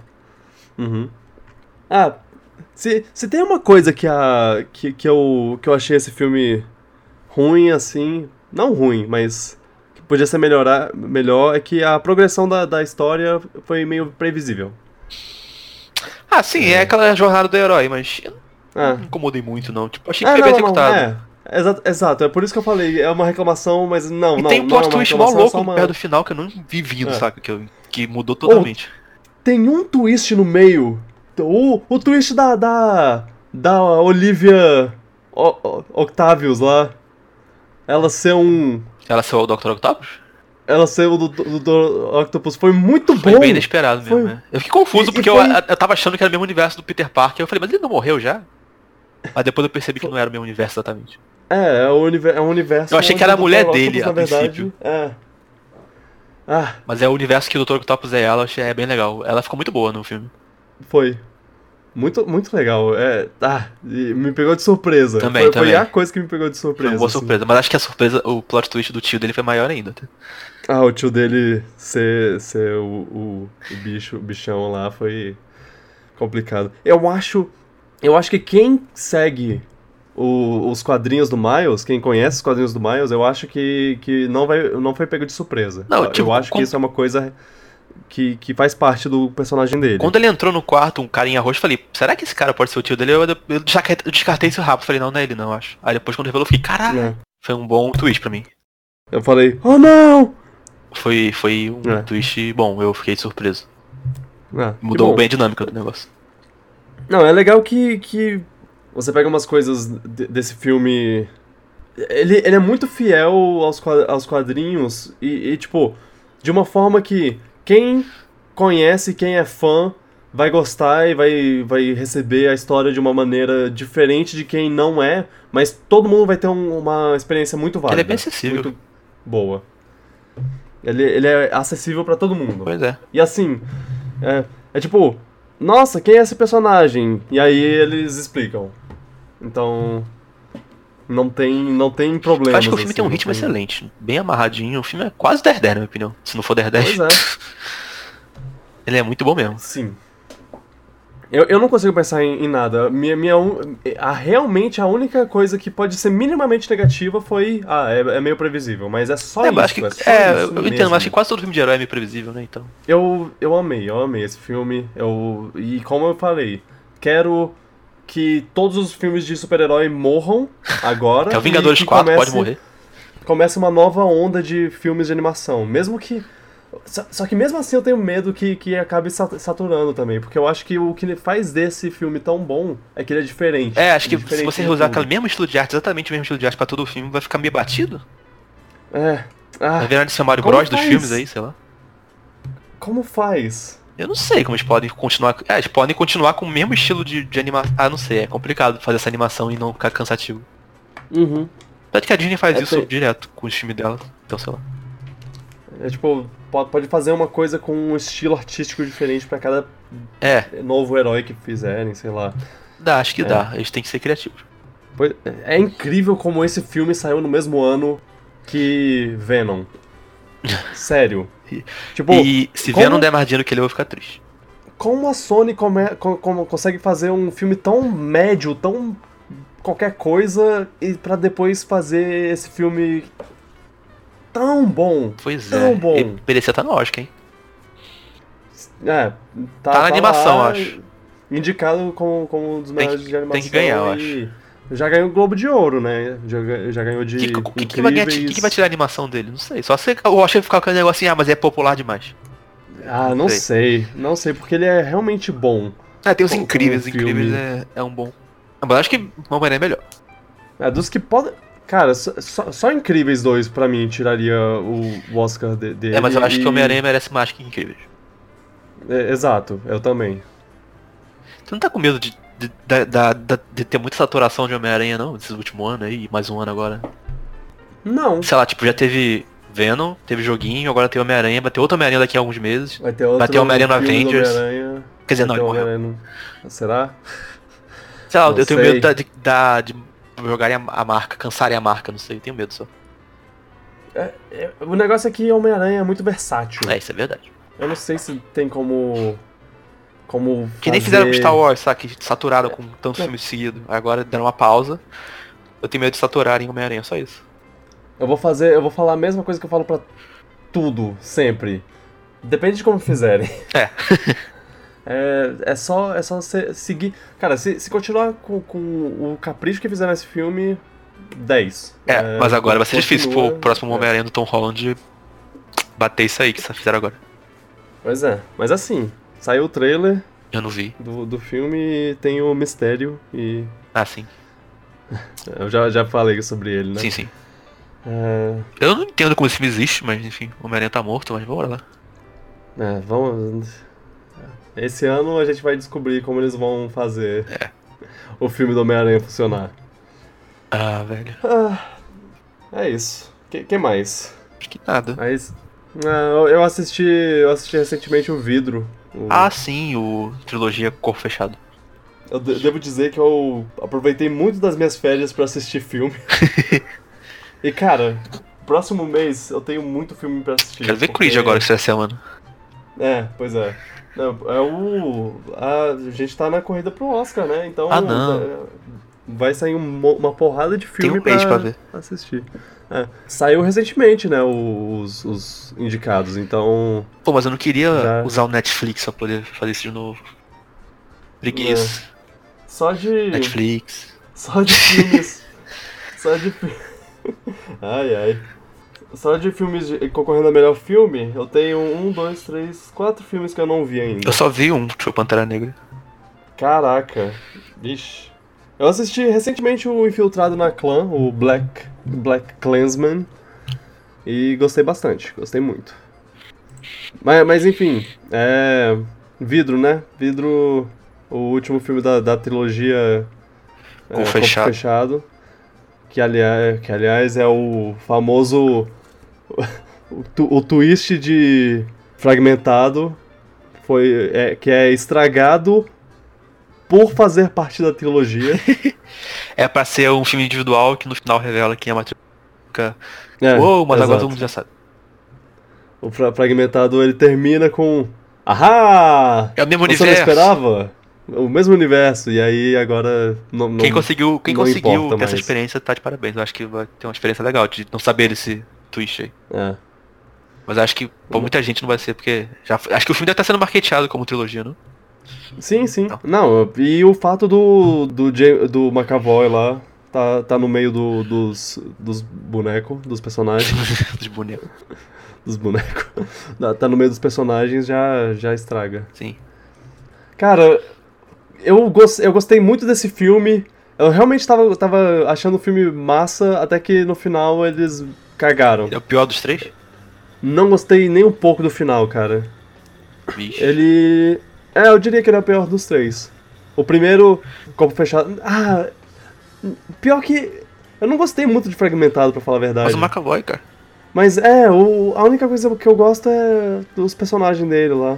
Se tem uma coisa que eu achei esse filme ruim, assim... Não ruim, mas... podia ser melhor, é que a progressão da história foi meio previsível. Sim, é aquela jornada do herói, mas eu não me incomodei muito, não. Tipo, achei que foi bem executado. Exato, é por isso que eu falei, é uma reclamação, mas não, tem um plot twist mó louco perto do final que eu não vi vindo, saca? Que mudou totalmente. Tem um twist no meio, o twist da Olivia Octavius lá, ela ser o Dr. Octopus? Ela ser o do Octopus foi muito bom. Foi bem inesperado mesmo, né? Eu fiquei confuso porque eu tava achando que era o mesmo universo do Peter Parker. Eu falei, mas ele não morreu já? Mas depois eu percebi que não era o mesmo universo exatamente. É um universo... Eu achei que era a mulher dele, na verdade. Mas é o universo que o Dr. Octopus é ela, achei bem legal. Ela ficou muito boa no filme. Foi. Muito, muito legal. Me pegou de surpresa. Também. Foi a coisa que me pegou de surpresa. Foi uma boa surpresa, mas acho que a surpresa, o plot twist do tio dele foi maior ainda. O tio dele ser o bichão lá foi complicado. Eu acho que quem segue os quadrinhos do Miles, quem conhece os quadrinhos do Miles, eu acho que não foi pego de surpresa. Eu acho que isso é uma coisa que faz parte do personagem dele. Quando ele entrou no quarto, um carinha roxo, eu falei, será que esse cara pode ser o tio dele? Eu descartei isso rápido, falei, não é ele não, acho. Aí depois quando revelou, eu fiquei, caralho, foi um bom twist pra mim. Eu falei, oh não! Foi um twist bom, eu fiquei surpreso. Mudou bem a dinâmica do negócio. Não, é legal que você pega umas coisas desse filme... Ele é muito fiel aos quadrinhos e, tipo, de uma forma que quem conhece, quem é fã, vai gostar e vai receber a história de uma maneira diferente de quem não é, mas todo mundo vai ter uma experiência muito válida. Ele é bem acessível. Muito boa. Ele é acessível pra todo mundo. Pois é. E assim, é tipo, nossa, quem é esse personagem? E aí eles explicam. Então, não tem problema. Eu acho que o filme tem um ritmo excelente, bem amarradinho. O filme é quase 10/10, na minha opinião. Se não for 10/10. Pois é. Ele é muito bom mesmo. Sim. Eu não consigo pensar em nada. Realmente a única coisa que pode ser minimamente negativa foi... é meio previsível, mas é só isso. Acho que, eu entendo, mas acho que quase todo filme de herói é meio previsível, né, então... Eu amei esse filme. E como eu falei, quero que todos os filmes de super-herói morram agora. Que é o Vingadores 4, pode morrer. Começa uma nova onda de filmes de animação. Mesmo que Só que mesmo assim eu tenho medo que acabe saturando também, porque eu acho que o que faz desse filme tão bom é que ele é diferente. Acho que se diferente você de usar tudo. aquele mesmo estilo de arte, exatamente o mesmo estilo de arte pra todo o filme, vai ficar meio batido. Ah, Vai virar esse Mario como Bros dos faz? filmes aí, sei lá. Como faz? Eu não sei como eles podem continuar. Eles podem continuar com o mesmo estilo de animação. Ah, não sei, é complicado fazer essa animação e não ficar cansativo. Uhum. Tanto que a Disney faz É, isso tem- direto com os filmes dela, então sei lá. É tipo, pode fazer uma coisa com um estilo artístico diferente pra cada novo herói que fizerem, sei lá. Acho que dá, eles têm que ser criativos. É incrível como esse filme saiu no mesmo ano que Venom. Sério. Tipo, E se como- Venom não der mais dinheiro que ele, eu vou ficar triste. como a Sony consegue fazer um filme tão médio, tão qualquer coisa, e pra depois fazer esse filme tão bom. Pois tão é, bom. ele merecia estar no Oscar, hein? Tá na animação, lá, acho. Indicado como um dos melhores de animação. tem que ganhar, eu e já ganhou o Globo de Ouro, né? Já ganhou de O que vai Incríveis. vai tirar a animação dele? Não sei. Só se eu achei que ficar com aquele negócio assim, mas é popular demais. Ah, não sei, porque ele é realmente bom. Tem os Como Incríveis, filme. Incríveis é um bom. Mas eu acho que Homem-Aranha é melhor. Dos que podem. Cara, só Incríveis 2 pra mim tiraria o Oscar dele. Mas eu acho que Homem-Aranha merece mais que Incríveis. Exato, eu também. Tu não tá com medo de ter muita saturação de Homem-Aranha, não? Nesses últimos anos aí, mais um ano agora. Não. Sei lá, tipo, já teve Venom, teve joguinho, agora tem Homem-Aranha, vai ter outro Homem-Aranha daqui a alguns meses. Vai ter outro Homem-Aranha no filme do Avengers. Homem-Aranha. Quer dizer, Vai não, ter ele morreu. Homem-Aranha Será? Sei lá, Não eu tenho sei. medo de jogarem a marca, cansarem a marca, não sei, eu tenho medo só. O negócio é que Homem-Aranha é muito versátil. Isso é verdade. Eu não sei se tem como Que nem fizeram com Star Wars, sabe? Que saturaram com tantos filmes seguidos. Agora deram uma pausa. Eu tenho medo de saturarem Homem-Aranha, só isso. Eu vou falar a mesma coisa que eu falo pra tudo, sempre. Depende de como fizerem. É só seguir. Cara, se continuar com o capricho que fizeram nesse filme, 10. Mas agora vai ser difícil continua- pro próximo Homem-Aranha do Tom Holland bater isso aí que vocês fizeram agora. Pois é, mas assim, saiu o trailer Eu não vi. do filme e tem o mistério e Sim. eu já falei sobre ele, né? Sim. Eu não entendo como esse filme existe, mas enfim, o Homem-Aranha tá morto, mas bora lá. Vamos. Esse ano a gente vai descobrir como eles vão fazer o filme do Homem-Aranha funcionar. Velho. É isso. Que mais? Acho que nada. Mas. Eu assisti recentemente o Vidro. Sim, o trilogia Corpo Fechado. Eu devo dizer que eu aproveitei muito das minhas férias pra assistir filme. E cara, próximo mês eu tenho muito filme pra assistir. Quero ver porque- Creed agora que essa semana. Pois é. Não, a gente tá na corrida pro Oscar, né? Então não. vai sair uma porrada de filme Tem um mês pra ver. assistir. Saiu recentemente, né? Os indicados, então. Pô, mas eu não queria Já. usar o Netflix pra poder fazer isso de novo. Preguiça. Só de. Netflix. Só de filmes. Ai. Só de filmes concorrendo a melhor filme, eu tenho 1, 2, 3, 4 filmes que eu não vi ainda. Eu só vi um, tipo Pantera Negra. Caraca. Vixe. Eu assisti recentemente o Infiltrado na Clã, o Black Klansman. E gostei bastante, gostei muito. Mas enfim, Vidro, né? Vidro, o último filme da trilogia Corpo Fechado. Que aliás é o famoso o twist de Fragmentado que é estragado por fazer parte da trilogia. É pra ser um filme individual que no final revela quem é a Matrix. Mas exato. agora todo mundo já sabe. O Fragmentado ele termina com Ahá! É o mesmo Você universo. não esperava? O mesmo universo, e aí agora não Quem conseguiu importa ter essa mais. experiência tá de parabéns. Eu acho que vai ter uma experiência legal de não saber esse twist aí. Mas acho que pra muita gente não vai ser, porque acho que o filme deve estar sendo marketeado como trilogia, não? Sim. Não, e o fato do McAvoy lá tá no meio dos bonecos, dos personagens. Dos bonecos. Dos bonecos. Tá no meio dos personagens, já estraga. Sim. Cara, eu gostei muito desse filme. Eu realmente tava achando o filme massa, até que no final eles cagaram. Ele é o pior dos 3? Não gostei nem um pouco do final, cara. Vixe. Ele... eu diria que ele é o pior dos 3. O primeiro, corpo fechado... pior que... Eu não gostei muito de Fragmentado, pra falar a verdade. Mas o McAvoy, cara. Mas a única coisa que eu gosto é dos personagens dele lá.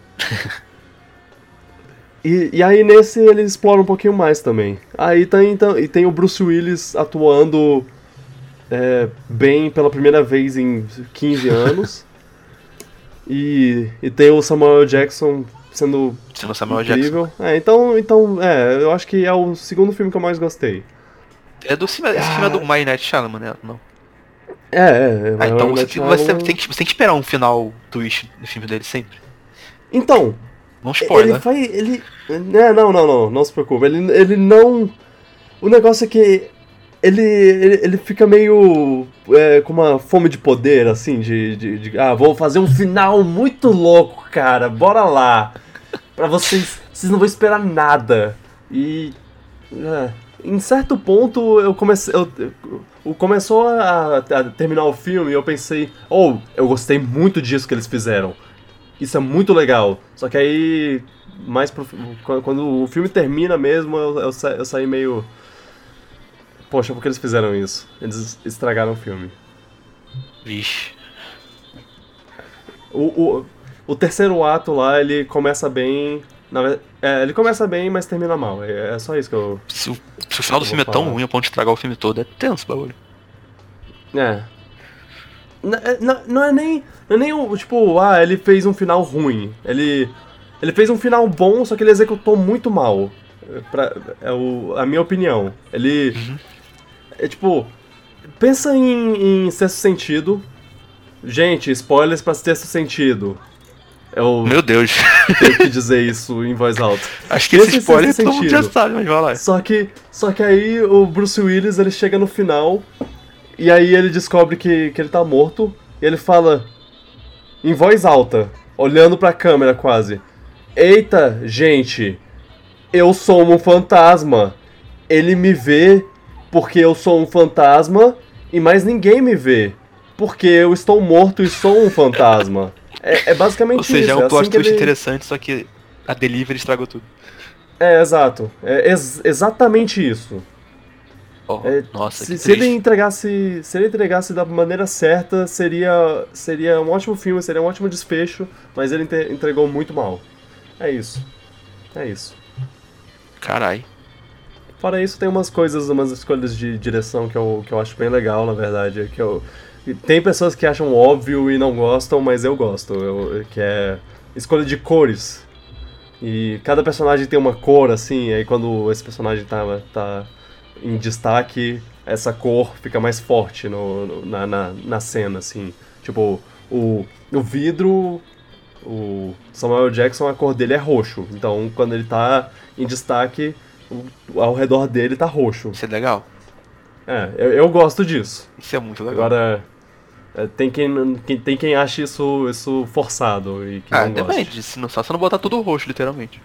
E aí nesse ele explora um pouquinho mais também. Aí tem o Bruce Willis atuando bem pela primeira vez em 15 anos. E tem o Samuel Jackson sendo Samuel incrível. Jackson. Então, eu acho que é o segundo filme que eu mais gostei. Esse filme é do My Night Shyamalan, né? Não. Então você tem que esperar um final twist no filme dele sempre. Então... Não spoiler. Não se preocupe. Ele não... O negócio é que ele fica meio com uma fome de poder, assim, vou fazer um final muito louco, cara, bora lá. Pra vocês não vão esperar nada. E... em certo ponto, começou a terminar o filme e eu pensei, eu gostei muito disso que eles fizeram. Isso é muito legal. Só que aí, quando o filme termina mesmo, eu saí meio... Poxa, por que eles fizeram isso? Eles estragaram o filme. Vixe. O terceiro ato lá, ele começa bem... ele começa bem, mas termina mal. É só isso que eu... Se o final do filme é tão ruim a ponto de estragar o filme todo, é tenso o bagulho. Não é nem o, tipo, ele fez um final ruim. Ele fez um final bom, só que ele executou muito mal. A minha opinião. Ele... tipo... Pensa em Sexto Sentido. Gente, spoilers pra Sexto Sentido. Meu Deus. Tenho que dizer isso em voz alta. Acho que esse spoiler todo mundo já sabe, mas vai lá. Só que aí o Bruce Willis, ele chega no final... E aí ele descobre que ele tá morto, e ele fala, em voz alta, olhando pra câmera quase, eita, gente, eu sou um fantasma. Ele me vê porque eu sou um fantasma, e mais ninguém me vê, porque eu estou morto e sou um fantasma. É basicamente isso. Ou seja, isso. É um plot twist ele... interessante, só que a delivery estragou tudo. Exato. Exatamente isso. Nossa, se ele entregasse da maneira certa, seria um ótimo filme, seria um ótimo desfecho, mas ele entregou muito mal. É isso. Carai. Fora isso, tem umas escolhas de direção que eu acho bem legal, na verdade. Tem pessoas que acham óbvio e não gostam, mas eu gosto. Que é escolha de cores. E cada personagem tem uma cor, assim, aí quando esse personagem tá em destaque, essa cor fica mais forte na cena, assim. Tipo, o vidro, o Samuel Jackson, a cor dele é roxo. Então, quando ele tá em destaque, ao redor dele tá roxo. Isso é legal. Eu gosto disso. Isso é muito legal. Agora, tem quem acha isso forçado e que não gosta. Depende. Só se não botar tudo roxo, literalmente.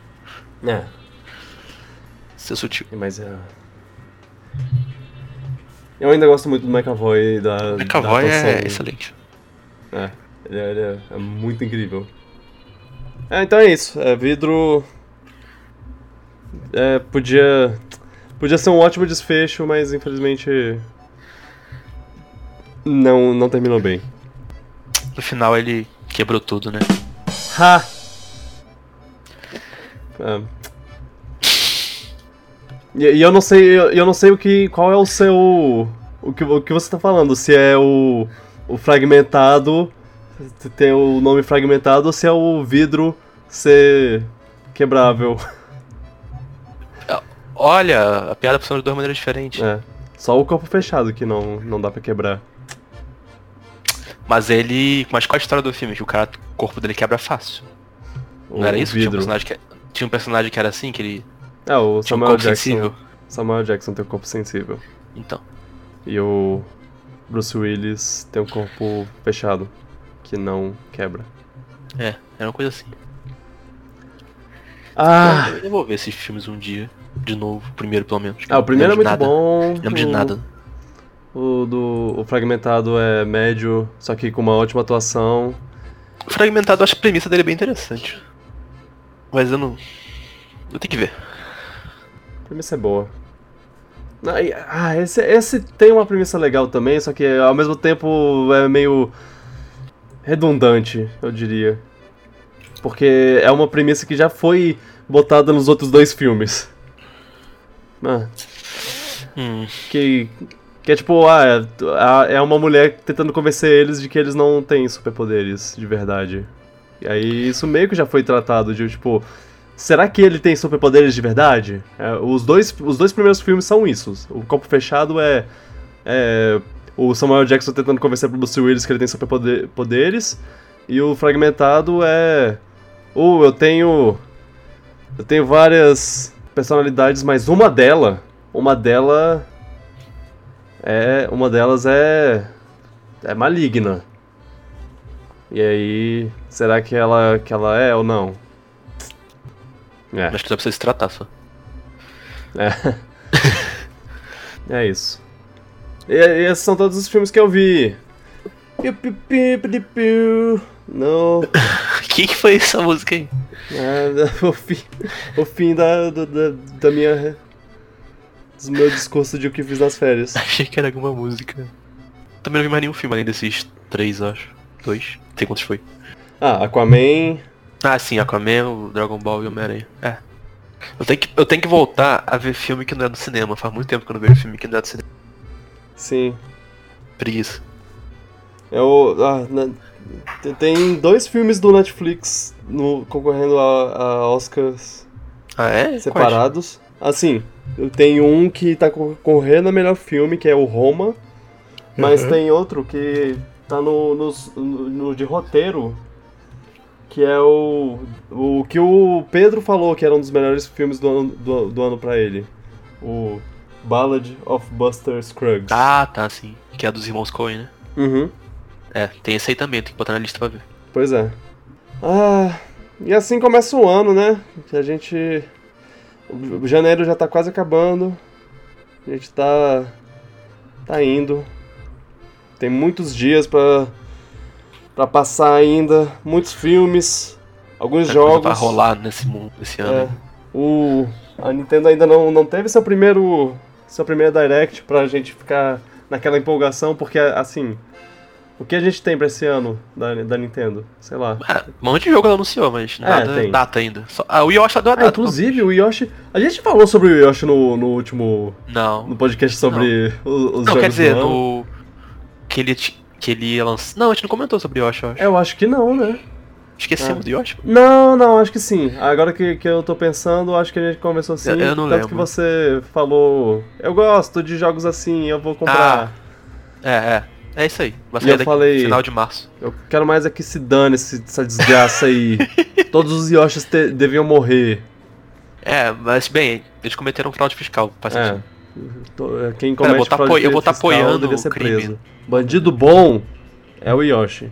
Ser sutil. Mas eu ainda gosto muito do McAvoy da McAvoy atuação. é excelente. Ele é muito incrível. Então é isso. Vidro... podia ser um ótimo desfecho, mas infelizmente... Não terminou bem. No final ele quebrou tudo, né? E eu não sei qual é o seu... O que você tá falando, se é o fragmentado, tem o nome fragmentado, ou se é o vidro ser quebrável. Olha, a piada funciona de duas maneiras diferentes. Só o corpo fechado que não dá pra quebrar. Mas qual a história do filme? Que o corpo dele quebra fácil. Não era isso? Tinha um personagem que era assim, que ele... O tinha Samuel um corpo Jackson. sensível. Samuel Jackson tem um corpo sensível. Então. E o Bruce Willis tem um corpo fechado, que não quebra. É uma coisa assim. Eu vou ver esses filmes um dia, de novo, o primeiro pelo menos. O primeiro é muito bom. Não lembro de nada. O Fragmentado é médio, só que com uma ótima atuação. O Fragmentado, eu acho que a premissa dele é bem interessante. Mas eu não... Eu tenho que ver. A premissa é boa. Esse tem uma premissa legal também, só que ao mesmo tempo é meio redundante, eu diria. Porque é uma premissa que já foi botada nos outros 2 filmes. Que é tipo, é uma mulher tentando convencer eles de que eles não têm superpoderes de verdade. E aí isso meio que já foi tratado de, tipo, será que ele tem superpoderes de verdade? Os dois primeiros filmes são isso. O Corpo Fechado é o Samuel Jackson tentando convencer pro Bruce Willis que ele tem superpoderes. E o Fragmentado é... eu tenho várias personalidades, mas uma delas é maligna. E aí, será que ela é ou não? Acho que só precisa se tratar só. É isso. E esses são todos os filmes que eu vi. Não. Que foi essa música aí? O fim da minha... do meu discurso de o que fiz nas férias. Achei que era alguma música. Também não vi mais nenhum filme além desses 3, acho. 2. Não sei quantos foi. Aquaman. Sim, Aquaman, o Dragon Ball e o Homem-Aranha. Eu tenho que voltar a ver filme que não é do cinema. Faz muito tempo que eu não vejo filme que não é do cinema. Sim. Preguiça. Tem 2 filmes do Netflix concorrendo a Oscars separados. Assim, tem um que tá concorrendo a melhor filme, que é o Roma. Mas tem outro que tá no de roteiro, que é o que o Pedro falou que era um dos melhores filmes do ano pra ele. O Ballad of Buster Scruggs. Tá, sim. Que é dos irmãos Coen, né? Uhum. Tem esse aí também, tem que botar na lista pra ver. Pois é. E assim começa o ano, né? Que a gente... O janeiro já tá quase acabando. A gente tá indo. Tem muitos dias pra passar ainda. Muitos filmes. Alguns jogos. Pra rolar nesse mundo, esse ano. A Nintendo ainda não teve sua primeira Direct pra gente ficar naquela empolgação. Porque, assim... O que a gente tem pra esse ano da Nintendo? Sei lá. Um monte de jogo ela anunciou, mas nada data ainda. O Yoshi deu a data. Inclusive, o Yoshi... A gente falou sobre o Yoshi no último... Não. No podcast sobre os jogos. Não, quer dizer, do ano. Que ele ia lançar... Não, a gente não comentou sobre o Yoshi, eu acho. Eu acho que não, né? Esquecemos do Yoshi? Não, acho que sim. Agora que eu tô pensando, acho que a gente conversou assim. Eu não tanto lembro. Que você falou... Eu gosto de jogos assim, eu vou comprar. É isso aí. Vai sair daqui final de março. Eu quero mais é que se dane essa desgraça aí. Todos os Yoshis deviam morrer. Mas bem, eles cometeram fraude fiscal. Faz sentido. Quem comete fraude fiscal eu vou estar apoiando devia ser o crime. preso. Bandido bom é o Yoshi.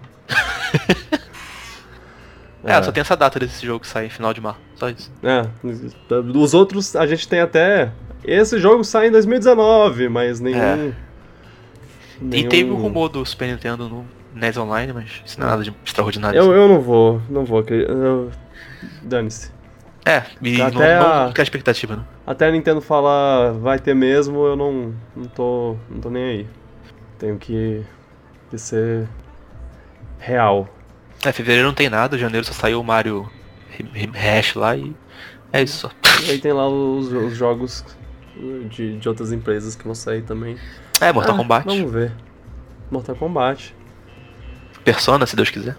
Só tem essa data desse jogo que sai em final de março. Só isso. Os outros a gente tem até... Esse jogo sai em 2019, mas nenhum... E teve o rumor do Super Nintendo no NES Online, mas isso não é nada de extraordinário. Eu não vou dane-se. E não fica a expectativa, né? Até a Nintendo falar vai ter mesmo, eu não tô nem aí. Tenho que ser real. Fevereiro não tem nada, janeiro só saiu o Mario Hash lá e é isso só. E aí tem lá os jogos de outras empresas que vão sair também. Mortal Kombat. Vamos ver. Mortal Kombat. Persona, se Deus quiser.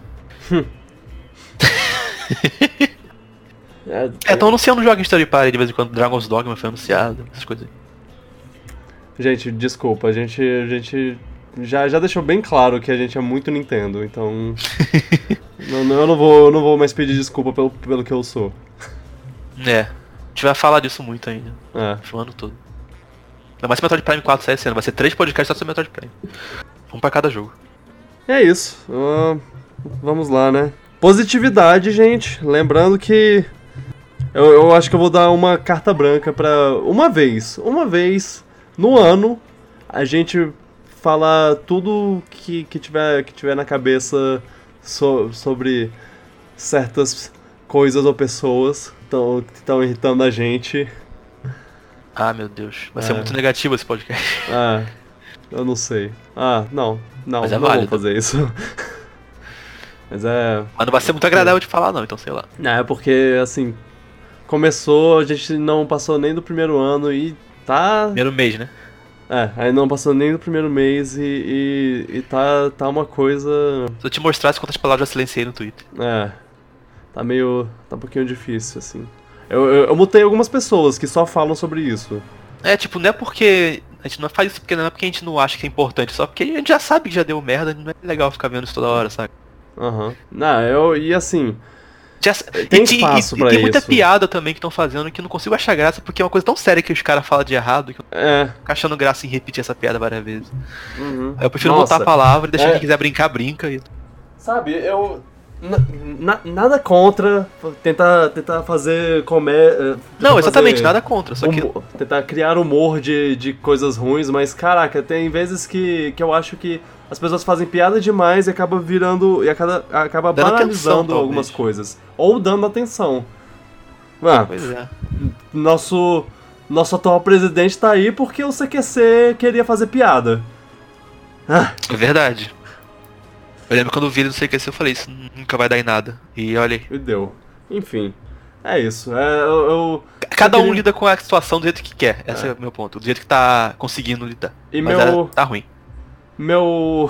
Estão anunciando jogos em Story Party de vez em quando. Dragon's Dogma foi anunciado, essas coisas aí. Gente, desculpa, a gente já deixou bem claro que a gente é muito Nintendo, então... eu não vou mais pedir desculpa pelo que eu sou. A gente vai falar disso muito ainda. O ano todo. Ainda mais se Metroid Prime 4 sair esse ano. Vai ser 3 podcasts só sobre Metroid Prime. Um pra cada jogo. É isso. Vamos lá, né? Positividade, gente. Lembrando que eu acho que eu vou dar uma carta branca pra uma vez no ano a gente falar tudo que tiver na cabeça sobre certas coisas ou pessoas que estão irritando a gente. Ah, meu Deus. Vai ser muito negativo esse podcast. Eu não sei. Não Mas é não válido. vou fazer isso. Mas não vai ser muito agradável de falar não, então sei lá. É porque, assim, começou, a gente não passou nem do primeiro ano e tá... Primeiro mês, né? Aí não passou nem do primeiro mês e tá uma coisa... Se eu te mostrasse quantas palavras eu silenciei no Twitter. Tá um pouquinho difícil, assim. Eu mutei algumas pessoas que só falam sobre isso. Tipo, não é porque... A gente não faz isso porque não é porque a gente não acha que é importante, só porque a gente já sabe que já deu merda, não é legal ficar vendo isso toda hora, sabe? E assim... Tem espaço pra tem muita isso. piada também que estão fazendo que eu não consigo achar graça, porque é uma coisa tão séria que os caras falam de errado que eu não fico achando graça em repetir essa piada várias vezes. Aí eu prefiro botar a palavra e deixar quem quiser brincar, brinca. Sabe, nada contra tentar fazer comédia. Não, exatamente, nada contra. Só que... Tentar criar humor de coisas ruins, mas caraca, tem vezes que eu acho que as pessoas fazem piada demais e acaba virando. E acaba banalizando atenção, algumas coisas. Ou dando atenção. Pois é. Nosso atual presidente tá aí porque o CQC queria fazer piada. É verdade. Eu lembro quando eu vi ele no CQC, eu falei, isso nunca vai dar em nada. E olha aí. E deu. Enfim, é isso. Cada um lida com a situação do jeito que quer. Esse é o meu ponto. Do jeito que tá conseguindo lidar. Mas tá ruim. O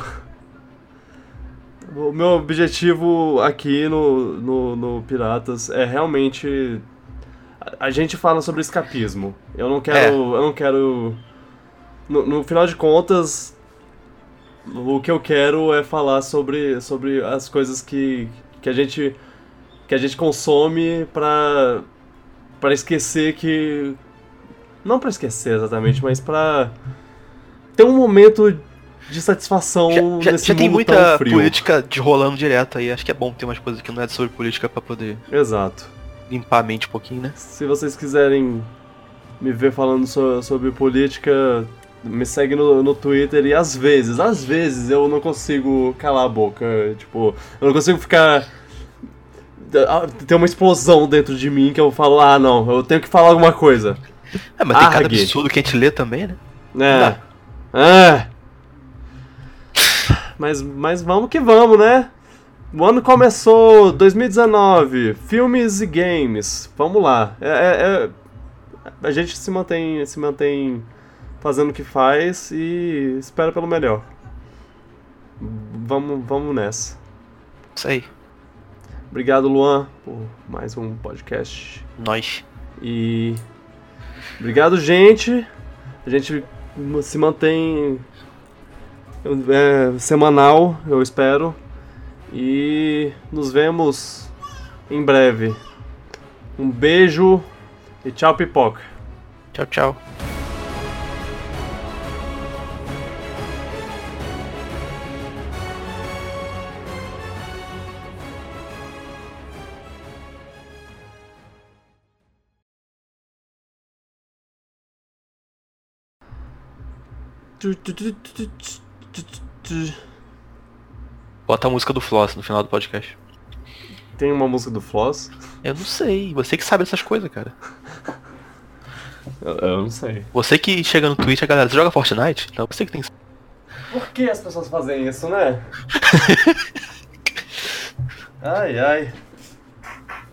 meu objetivo aqui no Piratas é realmente... A gente fala sobre escapismo. Eu não quero... No final de contas... O que eu quero é falar sobre as coisas que a gente consome pra esquecer que... Não pra esquecer exatamente, mas pra ter um momento de satisfação nesse já tem mundo muita tão frio. política rolando direto aí. Acho que é bom ter umas coisas que não é sobre política pra poder Exato. limpar a mente um pouquinho, né? Se vocês quiserem me ver falando sobre política... Me segue no Twitter e às vezes eu não consigo calar a boca. Tipo, eu não consigo ficar... Ter uma explosão dentro de mim que eu falo, não, eu tenho que falar alguma coisa. Mas tem cada absurdo que a gente lê também, né? Mas vamos que vamos, né? O ano começou, 2019, filmes e games. Vamos lá. A gente se mantém fazendo o que faz e espera pelo melhor. Vamos nessa. Isso aí. Obrigado, Luan, por mais um podcast. Nós. E obrigado, gente. A gente se mantém semanal, eu espero. E nos vemos em breve. Um beijo e tchau, pipoca. Tchau, tchau. Bota a música do Floss no final do podcast. Tem uma música do Floss? Eu não sei, você que sabe dessas coisas, cara. Eu não sei. Você que chega no Twitch, a galera, você joga Fortnite? Então você que tem. Por que as pessoas fazem isso, né? Ai.